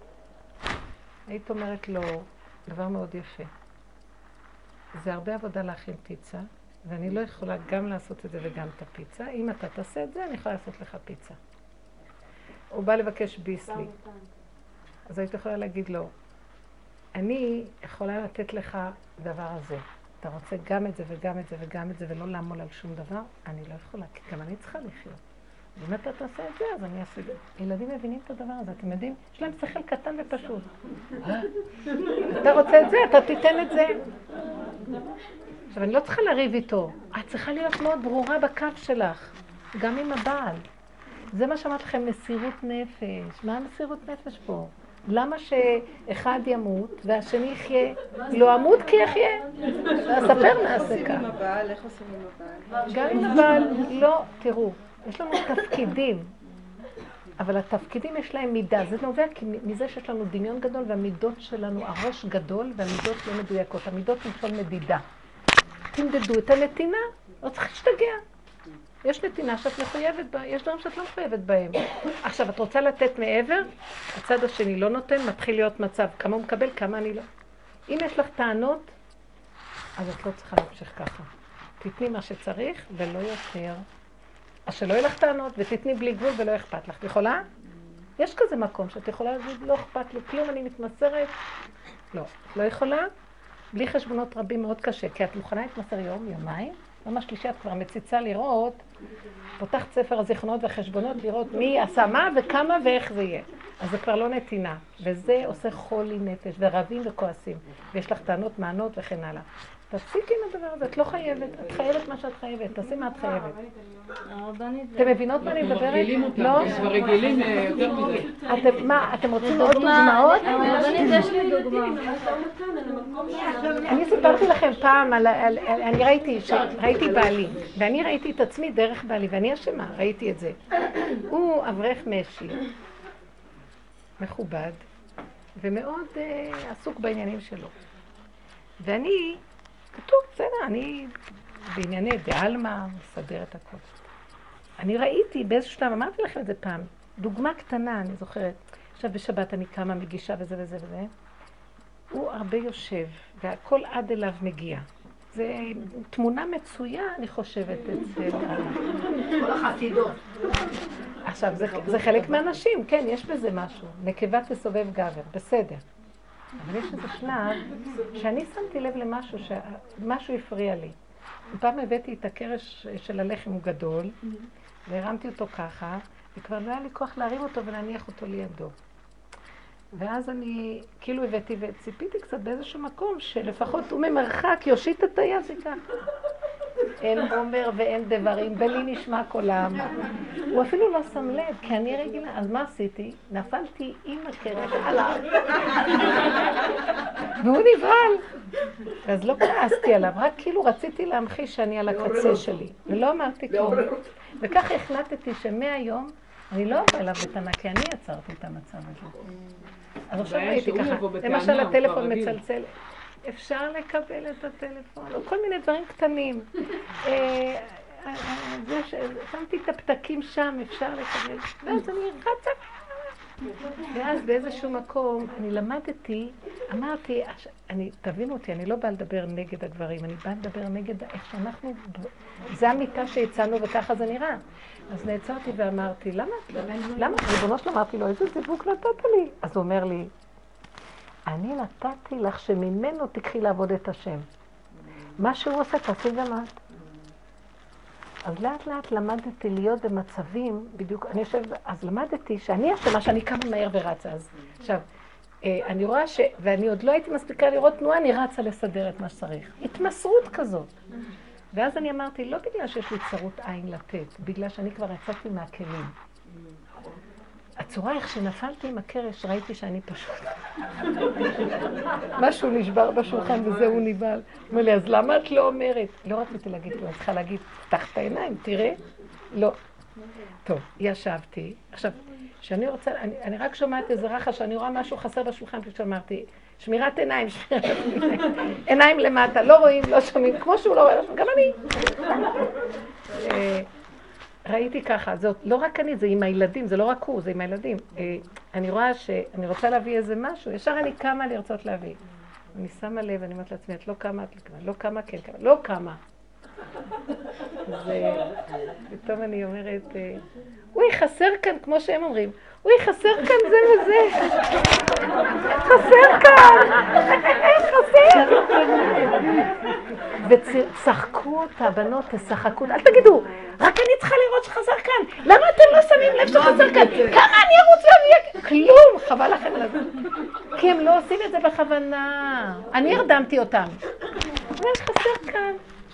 אומרת לו דבר מאוד יפה. זה הרבה עבודה להכין פיצה, ואני לא יכולה גם לעשות את זה וגם את הפיצה. אם אתה תעשה את זה, אני יכולה לעשות לך פיצה. הוא בא לבקש ביסלי. אז היית יכולה להגיד לו, אני יכולה לתת לך דבר הזה. אתה רוצה גם את זה וגם את זה וגם את זה, ולא לעמול על שום דבר? אני לא יכולה, כי גם אני צריכה לחיות. ואם אתה תעשה את זה, אז אני אעשה את זה. ילדים מבינים את הדבר הזה, אתם יודעים? יש להם שכל קטן ופשוט. אתה רוצה את זה, אתה תיתן את זה. עכשיו, אני לא צריכה לריב איתו. את צריכה להיות מאוד ברורה בקו שלך, גם עם הבעל. זה מה שאמרת לכם, מסירות נפש. מה המסירות נפש פה? למה שאחד ימות והשני יחיה? לא אמות כי יחיה. ספר נעשה כאן. איך עושים עם הבעל? גם עם הבעל, לא, תראו, יש לנו תפקידים, אבל התפקידים יש להם מידה. זה נובע מזה שיש לנו דמיון גדול והמידות שלנו, הראש גדול והמידות לא מדויקות. המידות נשאול מדידה. תמדדו את הנתינה, לא צריך להשתגע. יש נתינה שאת מחויבת בה, יש דברים שאת לא מחויבת בהם. עכשיו, את רוצה לתת מעבר, הצד השני לא נותן, מתחיל להיות מצב, כמה הוא מקבל, כמה אני לא. אם יש לך טענות, אז את לא צריכה להמשיך ככה. תתני מה שצריך ולא יותר. אז שלא יהיה לך טענות ותתני בלי גבול ולא אכפת לך. יכולה? יש כזה מקום שאת יכולה להגיד, לא אכפת לי כלום, אני מתמסרת. לא, לא יכולה. בלי חשבונות רבים מאוד קשה, כי את מוכנה להתמסר יום, יומיים, ממש שלישי את כבר מציצה לראות, פותחת ספר הזיכרונות והחשבונות, לראות מי עשה מה וכמה ואיך זה יהיה. אז זה כבר לא נתינה, וזה עושה חולי נפש, ורבים וכועסים, ויש לך טענות, מענות וכן הלאה. תפסיקי עם הדבר הזה, את לא חייבת, את חייבת מה שאת חייבת, תעשי מה את חייבת. אתם מבינות מה אני מדברת? לא? כבר רגילים יותר מזה. מה, אתם רוצים עוד דוגמאות? הרבנית, יש לי דוגמה. אני סיפרתי לכם פעם, אני ראיתי בעלי, ואני ראיתי את עצמי דרך בעלי, ואני אשמה, ראיתי את זה. הוא אברך משי, מכובד, ומאוד עסוק בעניינים שלו. ואני, כתוב, בסדר, אני בענייני דעלמה, מסדר את הכל. אני ראיתי באיזשהו שלב, אמרתי לכם את זה פעם, דוגמה קטנה, אני זוכרת. עכשיו בשבת אני קמה, מגישה וזה וזה וזה. הוא הרבה יושב, והכל עד אליו מגיע. זה תמונה מצויה, אני חושבת, אצל כל החסידות. עכשיו, זה חלק מהנשים, כן, יש בזה משהו. נקבה תסובב גבר, בסדר. אבל יש איזה שלב שאני שמתי לב למשהו, משהו הפריע לי. פעם הבאתי את הקרש של הלחם, הוא גדול, והרמתי אותו ככה, וכבר לא היה לי כוח להרים אותו ולהניח אותו לידו. ואז אני כאילו הבאתי וציפיתי קצת באיזשהו מקום שלפחות הוא ממרחק יושיט את היד וכך. אין אומר ואין דברים, בלי נשמע קולם. הוא אפילו לא שם לב, כי אני רגילה. אז מה עשיתי? נפלתי עם הקרש עליו. והוא נבהל. אז לא כעסתי עליו, רק כאילו רציתי להמחיש שאני על הקצה שלי. ולא אמרתי כלום. וכך החלטתי שמהיום אני לא אבוא אליו בטענה, כי אני יצרתי את המצב הזה. אז עכשיו הייתי ככה, למשל הטלפון מצלצל. אפשר לקבל את הטלפון, או כל מיני דברים קטנים. שמתי את הפתקים שם, אפשר לקבל. ואז אני רצה. ואז באיזשהו מקום אני למדתי, אמרתי, תבינו אותי, אני לא באה לדבר נגד הדברים, אני באה לדבר נגד איך שאנחנו, זה המיטה שהצענו וככה זה נראה. אז נעצרתי ואמרתי, למה? ריבונו שלו אמרתי לו, איזה זיווג נתת לי? אז הוא אומר לי, אני נתתי לך שממנו תקחי לעבוד את השם. מה שהוא עושה, תעשי גם את. אז לאט לאט למדתי להיות במצבים, בדיוק, אני חושב, אז למדתי שאני אשמה שאני כמה מהר ורצה אז. עכשיו, אני רואה ואני עוד לא הייתי מספיקה לראות תנועה, אני רצה לסדר את מה שצריך. התמסרות כזאת. ואז אני אמרתי, לא בגלל שיש לי צרות עין לתת, בגלל שאני כבר יצאתי מהכלים. הצורה איך שנפלתי עם הקרש, ראיתי שאני פשוט. משהו נשבר בשולחן וזהו נבהל. אומר לי, אז למה את לא אומרת? לא רציתי להגיד לו, אני צריכה להגיד, פתח את העיניים, תראה. לא. טוב, ישבתי. עכשיו, שאני רוצה, אני רק שומעת איזה רחש, שאני רואה משהו חסר בשולחן, כשאמרתי, שמירת עיניים, עיניים למטה, לא רואים, לא שומעים, כמו שהוא לא רואה, גם אני. ראיתי ככה, זאת לא רק אני, זה עם הילדים, זה לא רק הוא, זה עם הילדים. אני רואה שאני רוצה להביא איזה משהו, ישר אני קמה לרצות להביא. אני שמה לב, אני אומרת לעצמי, את לא קמה, לא קמה, כן קמה, לא קמה. ופתאום אני אומרת, אוי, חסר כאן, כמו שהם אומרים, אוי, חסר כאן זה וזה. חסר כאן, חסר. וצחקו אותה, בנות, תשחקו אותה, אל תגידו, רק אני צריכה לראות שחסר כאן. למה אתם לא שמים לב שחסר כאן? כמה אני ארוץ להביא? כלום, חבל לכם על זה. כי הם לא עושים את זה בכוונה. אני הרדמתי אותם. חסר כאן.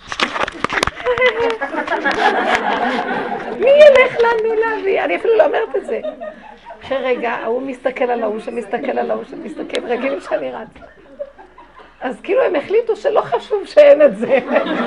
מי ילך לנו להביא? אני אפילו לא אומרת את זה. אחרי רגע, הוא מסתכל על ההוא, שמסתכל על ההוא, שמסתכל, רגילים שאני רץ. אז כאילו הם החליטו שלא חשוב שאין את זה.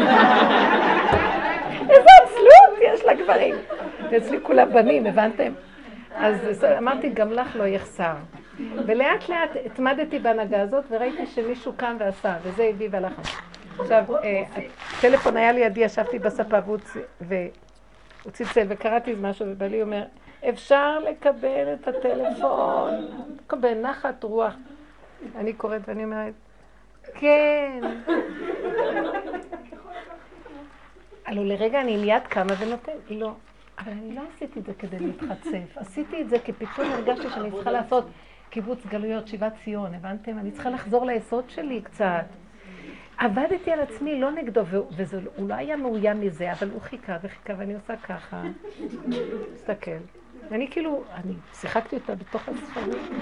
איזה עצלות יש לגברים. ואצלי כולם בנים, הבנתם? אז אמרתי, גם לך לא יחסר. ולאט לאט התמדתי בהנהגה הזאת, וראיתי שמישהו קם ועשה, וזה הביא והלך. עכשיו, הטלפון היה לידי, ישבתי בספה, והוא צלצל, וקראתי משהו, ובעלי אומר, אפשר לקבל את הטלפון, בנחת רוח. אני קוראת ואני אומרת, כן. הלוא לרגע אני ליד קמה ונותן, לא. אבל אני לא עשיתי את זה כדי להתחצף. עשיתי את זה כי פתאום הרגשתי שאני צריכה לעשות קיבוץ גלויות, שיבת ציון, הבנתם? אני צריכה לחזור ליסוד שלי קצת. עבדתי על עצמי, לא נגדו, והוא לא היה מאוים מזה, אבל הוא חיכה וחיכה, ואני עושה ככה. תסתכל. ואני כאילו, אני שיחקתי אותה בתוך הספרים.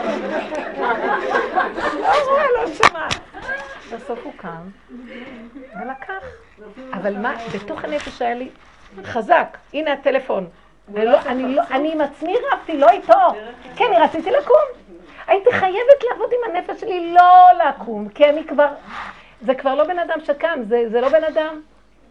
לא שמע. בסוף הוא קם, ולקח. אבל מה, בתוך הנפש היה לי חזק. הנה הטלפון. אני עם עצמי רבתי, לא איתו. כן, אני רציתי לקום. הייתי חייבת לעבוד עם הנפש שלי לא לקום, כי אני כבר... זה כבר לא בן אדם שקם, זה לא בן אדם.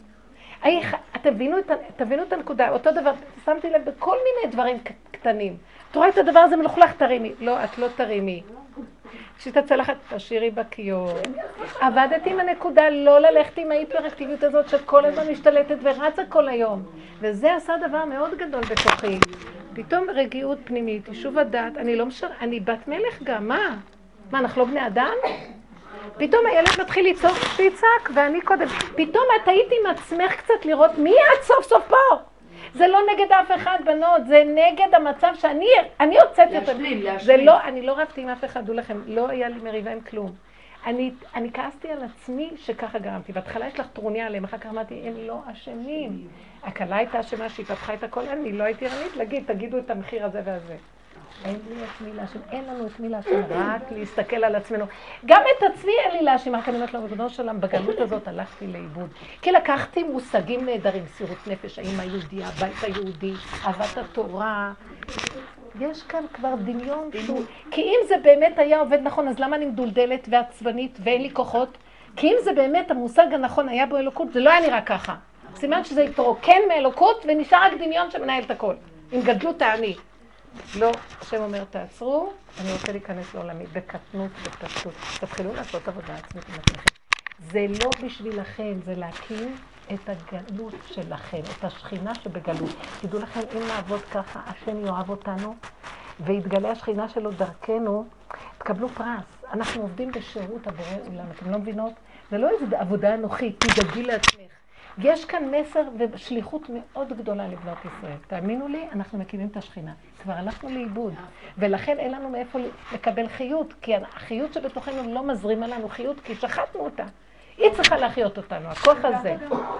תבינו את הנקודה, אותו דבר, שמתי לב בכל מיני דברים קטנים. את רואה את הדבר הזה מלוכלך, תרימי. לא, את לא תרימי. כשתצלחת, תשאירי בכיור. עבדתי עם הנקודה, לא ללכת עם ההיפראקטיביות הזאת שכל הזמן משתלטת ורצה כל היום. וזה עשה דבר מאוד גדול בתוכי. פתאום רגיעות פנימית, יישוב הדעת, אני בת מלך גם, מה? מה, אנחנו לא בני אדם? פתאום הילד מתחיל לצעוק, שיצעק, ואני קודם. פתאום את הייתי עם עצמך קצת לראות מי את סוף סוף פה. זה לא נגד אף אחד, בנות, זה נגד המצב שאני הוצאתי אותו. זה לא, אני לא רבתי עם אף אחד, דעו לכם, לא היה לי מריבה עם כלום. אני כעסתי על עצמי שככה גרמתי. בהתחלה יש לך טרוניה עליהם, אחר כך אמרתי, הם לא אשמים. הכלה הייתה אשמה שהיא פתחה את הכל, אני לא הייתי רנית להגיד, תגידו את המחיר הזה והזה. אין לי את מי להשם, אין לנו את מי להשם, רק להסתכל על עצמנו. גם את עצמי אין לי להשם, רק אני אומרת לו, בגדול שלם, בגלות הזאת הלכתי לאיבוד. כי לקחתי מושגים נהדרים, סירות נפש, האמא היהודי, הבית היהודי, אהבת התורה. יש כאן כבר דמיון שהוא... כי אם זה באמת היה עובד נכון, אז למה אני מדולדלת ועצבנית ואין לי כוחות? כי אם זה באמת המושג הנכון היה בו אלוקות, זה לא היה נראה ככה. סימן שזה יתרוקן מאלוקות ונשאר רק דמיון שמנהל את הכל. עם גדלות העני. לא, השם אומר, תעצרו, אני רוצה להיכנס לעולמי, בקטנות, בפשטות. תתחילו לעשות עבודה עצמית עם עצמכם. זה לא בשבילכם, זה להקים את הגלות שלכם, את השכינה שבגלות. תדעו לכם, אם נעבוד ככה, השם יאהב אותנו, ויתגלה השכינה שלו דרכנו, תקבלו פרס. אנחנו עובדים בשירות הבורא עולם, אתם לא מבינות? זה לא איזו עבודה אנוכית, תדאגי לעצמך. יש כאן מסר ושליחות מאוד גדולה לבנות ישראל. תאמינו לי, אנחנו מקימים את השכינה. כבר הלכנו לאיבוד, ולכן אין לנו מאיפה לקבל חיות, כי החיות שבתוכנו לא מזרימה לנו חיות, כי שחטנו אותה. היא צריכה להחיות אותנו, הכוח הזה.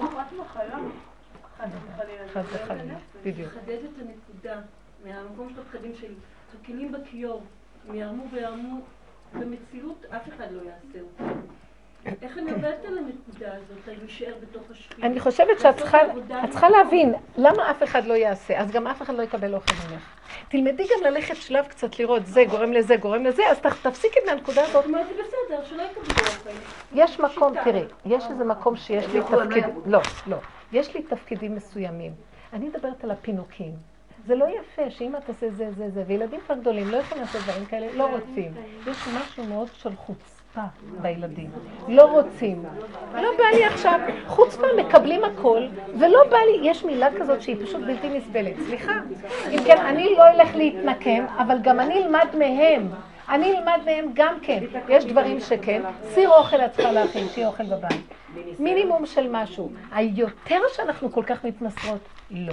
חד וחלילה, בדיוק. חדד את הנקודה מהמקום של הפחדים של הכלים בכיור, הם ירמו וירמו, במציאות אף אחד לא יעשה אותם. איך אני עובדת על הנקודה הזאת, על להישאר בתוך השפיעה? אני חושבת שאת צריכה להבין למה אף אחד לא יעשה, אז גם אף אחד לא יקבל אוכל ממך. תלמדי גם ללכת שלב קצת לראות, זה גורם לזה, גורם לזה, אז תפסיקי מהנקודה הזאת. זאת אומרת, זה בסדר, שלא יקבלו אוכל. יש מקום, תראי, יש איזה מקום שיש לי תפקיד, לא, יש לי תפקידים מסוימים. אני מדברת על הפינוקים. זה לא יפה שאמא תעשה זה, וילדים כבר גדולים לא יכולים לעשות דברים כאלה, לא רוצים. יש משהו מאוד של חוצפה בילדים. לא רוצים. לא בא לי עכשיו, חוצפה מקבלים הכל, ולא בא לי, יש מילה כזאת שהיא פשוט בלתי נסבלת. סליחה, אם כן, אני לא אלך להתנקם, אבל גם אני אלמד מהם. אני אלמד מהם גם כן. יש דברים שכן, סיר אוכל את צריכה להכין, שיהיה אוכל בבית. מינימום של משהו. היותר שאנחנו כל כך מתמסרות, לא.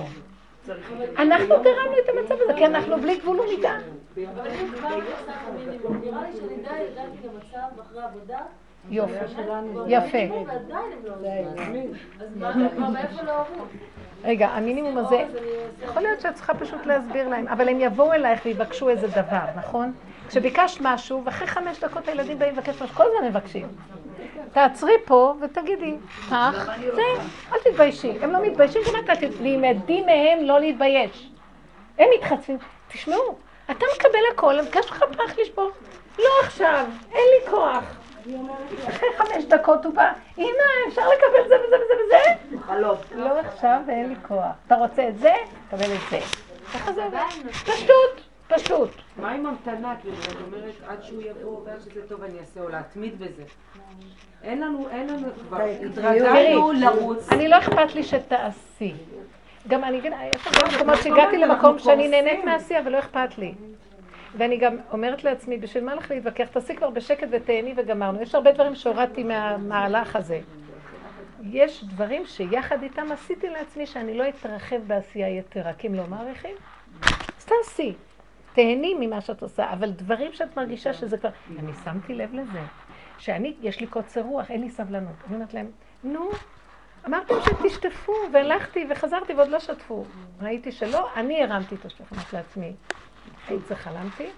אנחנו גרמנו את המצב הזה, כי אנחנו בלי גבול ומידה. אבל אם כבר נראה לי שאני די הגעתי למצב אחרי עבודה. יופי, יפה. ועדיין הם לא עושים. אז מאיפה לא עובד? רגע, המינימום הזה, יכול להיות שאת צריכה פשוט להסביר להם, אבל הם יבואו אלייך ויבקשו איזה דבר, נכון? כשביקשת משהו, ואחרי 5 דקות הילדים באים לבקש משהו, כל הזמן מבקשים. תעצרי פה ותגידי, כך, זה, אל תתביישי. הם לא מתביישים, גם אתה לימדי מהם לא להתבייש. הם מתחצפים. תשמעו, אתה מקבל הכל, הם קש לך פח לשבור. לא עכשיו, אין לי כוח. אחרי 5 דקות הוא בא, אמא, אפשר לקבל זה וזה וזה וזה? חלום. לא עכשיו ואין לי כוח. אתה רוצה את זה? קבל את זה. ככה זה עובד. פשוט, פשוט. מה עם המתנה? כאילו, את אומרת, עד שהוא יבוא ועד שזה טוב אני אעשה, או להתמיד בזה. אין לנו כבר, התרגלנו לרוץ. אני לא אכפת לי שתעשי. גם אני אגיד, יש הרבה מקומות שהגעתי למקום שאני נהנית מעשייה ולא אכפת לי. ואני גם אומרת לעצמי, בשביל מה לך להתווכח? תעשי כבר בשקט ותהני וגמרנו. יש הרבה דברים שהורדתי מהמהלך הזה. יש דברים שיחד איתם עשיתי לעצמי שאני לא אתרחב בעשייה יתרה, כי הם לא מעריכים. אז תעשי, תהני ממה שאת עושה, אבל דברים שאת מרגישה שזה כבר... אני שמתי לב לזה, שאני, יש לי קוצר רוח, אין לי סבלנות. אני אומרת להם, נו, אמרתם שתשתפו, והלכתי וחזרתי ועוד לא שתפו. ראיתי שלא, אני הרמתי את השתפנות לעצמי. הייתי חלמתי.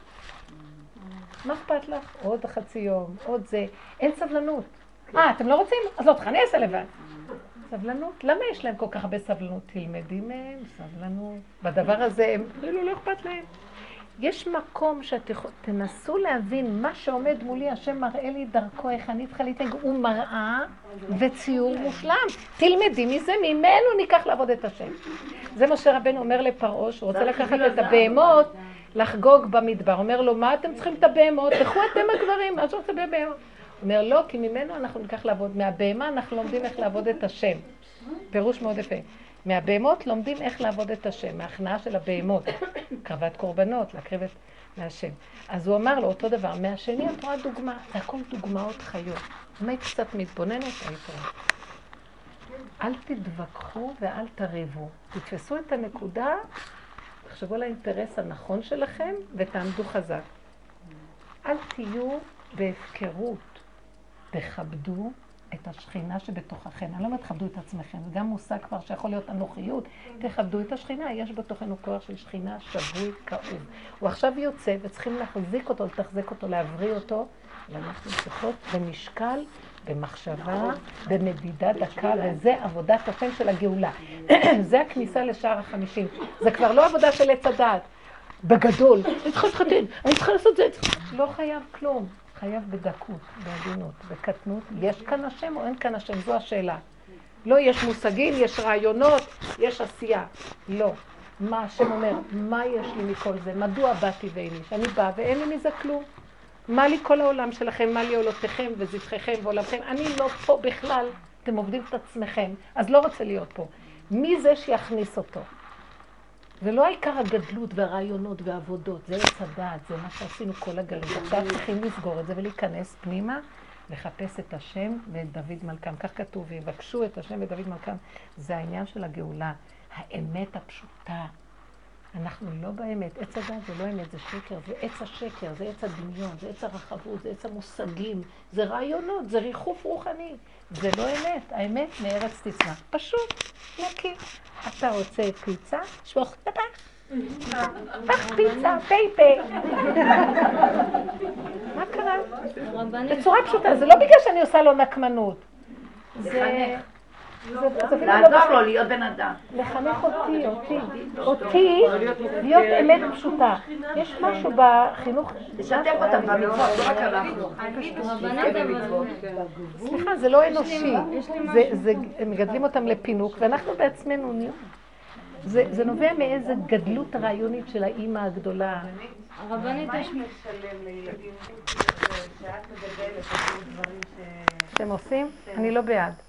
מה אכפת לך? עוד חצי יום, עוד זה. אין סבלנות. אתם לא רוצים? אז לא תכף, אני אעשה לבד. סבלנות? למה יש להם כל כך הרבה סבלנות? תלמדי מהם, סבלנות. בדבר הזה הם לא אכפת להם. יש מקום שתנסו להבין מה שעומד מולי, השם מראה לי דרכו, איך אני צריכה להתנהג, הוא מראה וציור מושלם. תלמדי מזה, ממנו ניקח לעבוד את השם. זה מה שרבנו אומר לפרעה, שהוא רוצה לקחת את הבהמות, לחגוג במדבר. אומר לו, מה אתם צריכים את הבהמות? תחו אתם הגברים, מה שרוצה בבהמות? אומר, לא, כי ממנו אנחנו ניקח לעבוד. מהבהמה אנחנו לומדים איך לעבוד את השם. פירוש מאוד יפה. מהבהמות לומדים איך לעבוד את השם, מההכנעה של הבהמות, קרבת קורבנות, להקריב את השם. אז הוא אמר לו אותו דבר, מהשני את רואה דוגמה, זה הכל דוגמאות חיות. אם היית קצת מתבוננת, היית רואה. אל תתווכחו ואל תריבו. תתפסו את הנקודה, תחשבו על האינטרס הנכון שלכם ותעמדו חזק. אל תהיו בהפקרות, תכבדו את השכינה שבתוככם. אני לא אומרת, תכבדו את עצמכם, זה גם מושג כבר שיכול להיות אנוכיות. תכבדו את השכינה, יש בתוכנו כוח של שכינה שבוי כאוב. הוא עכשיו יוצא וצריכים להחזיק אותו, לתחזק אותו, להבריא אותו, ואנחנו צריכות במשקל, במחשבה, במדידה דקה, וזה עבודת השם של הגאולה. זה הכניסה לשער ה50. זה כבר לא עבודה של עץ הדעת. בגדול, אני צריכה להתחתן, אני צריכה לעשות זה. לא חייב כלום. חייב בדקות, בעדינות, בקטנות. יש כאן השם או אין כאן השם? זו השאלה. לא, יש מושגים, יש רעיונות, יש עשייה. לא. מה השם אומר? מה יש לי מכל זה? מדוע באתי ואיני? שאני באה ואין לי מזה כלום. מה לי כל העולם שלכם? מה לי עולותיכם וזבחיכם ועולמכם? אני לא פה בכלל. אתם עובדים את עצמכם, אז לא רוצה להיות פה. מי זה שיכניס אותו? זה לא העיקר הגדלות והרעיונות והעבודות, זה עץ הדעת, זה מה שעשינו כל הגלות. עכשיו צריכים לסגור את זה ולהיכנס פנימה, לחפש את השם ואת דוד מלכם. כך כתוב, ויבקשו את השם ואת דוד מלכם. זה העניין של הגאולה, האמת הפשוטה. אנחנו לא באמת, עץ הדעת זה לא אמת, זה שקר, זה עץ השקר, זה עץ הדמיון, זה עץ הרחבות, זה עץ המושגים, זה רעיונות, זה ריחוף רוחני. זה לא אמת, האמת מארץ תצמח. פשוט, נקי. אתה רוצה פיצה? שפוך טפח. פח פיצה, פייפה. מה קרה? בצורה פשוטה, זה לא בגלל שאני עושה לו נקמנות. זה... לעזור לו להיות בן אדם. לחנך אותי להיות אמת פשוטה. יש משהו בחינוך... לשתף אותם במצוות, לא רק אנחנו. סליחה, זה לא אנושי. הם מגדלים אותם לפינוק, ואנחנו בעצמנו... זה נובע מאיזה גדלות הרעיונית של האימא הגדולה. הרבנית יש משלם לילדים שאת מדברת על דברים שאתם עושים? אני לא בעד.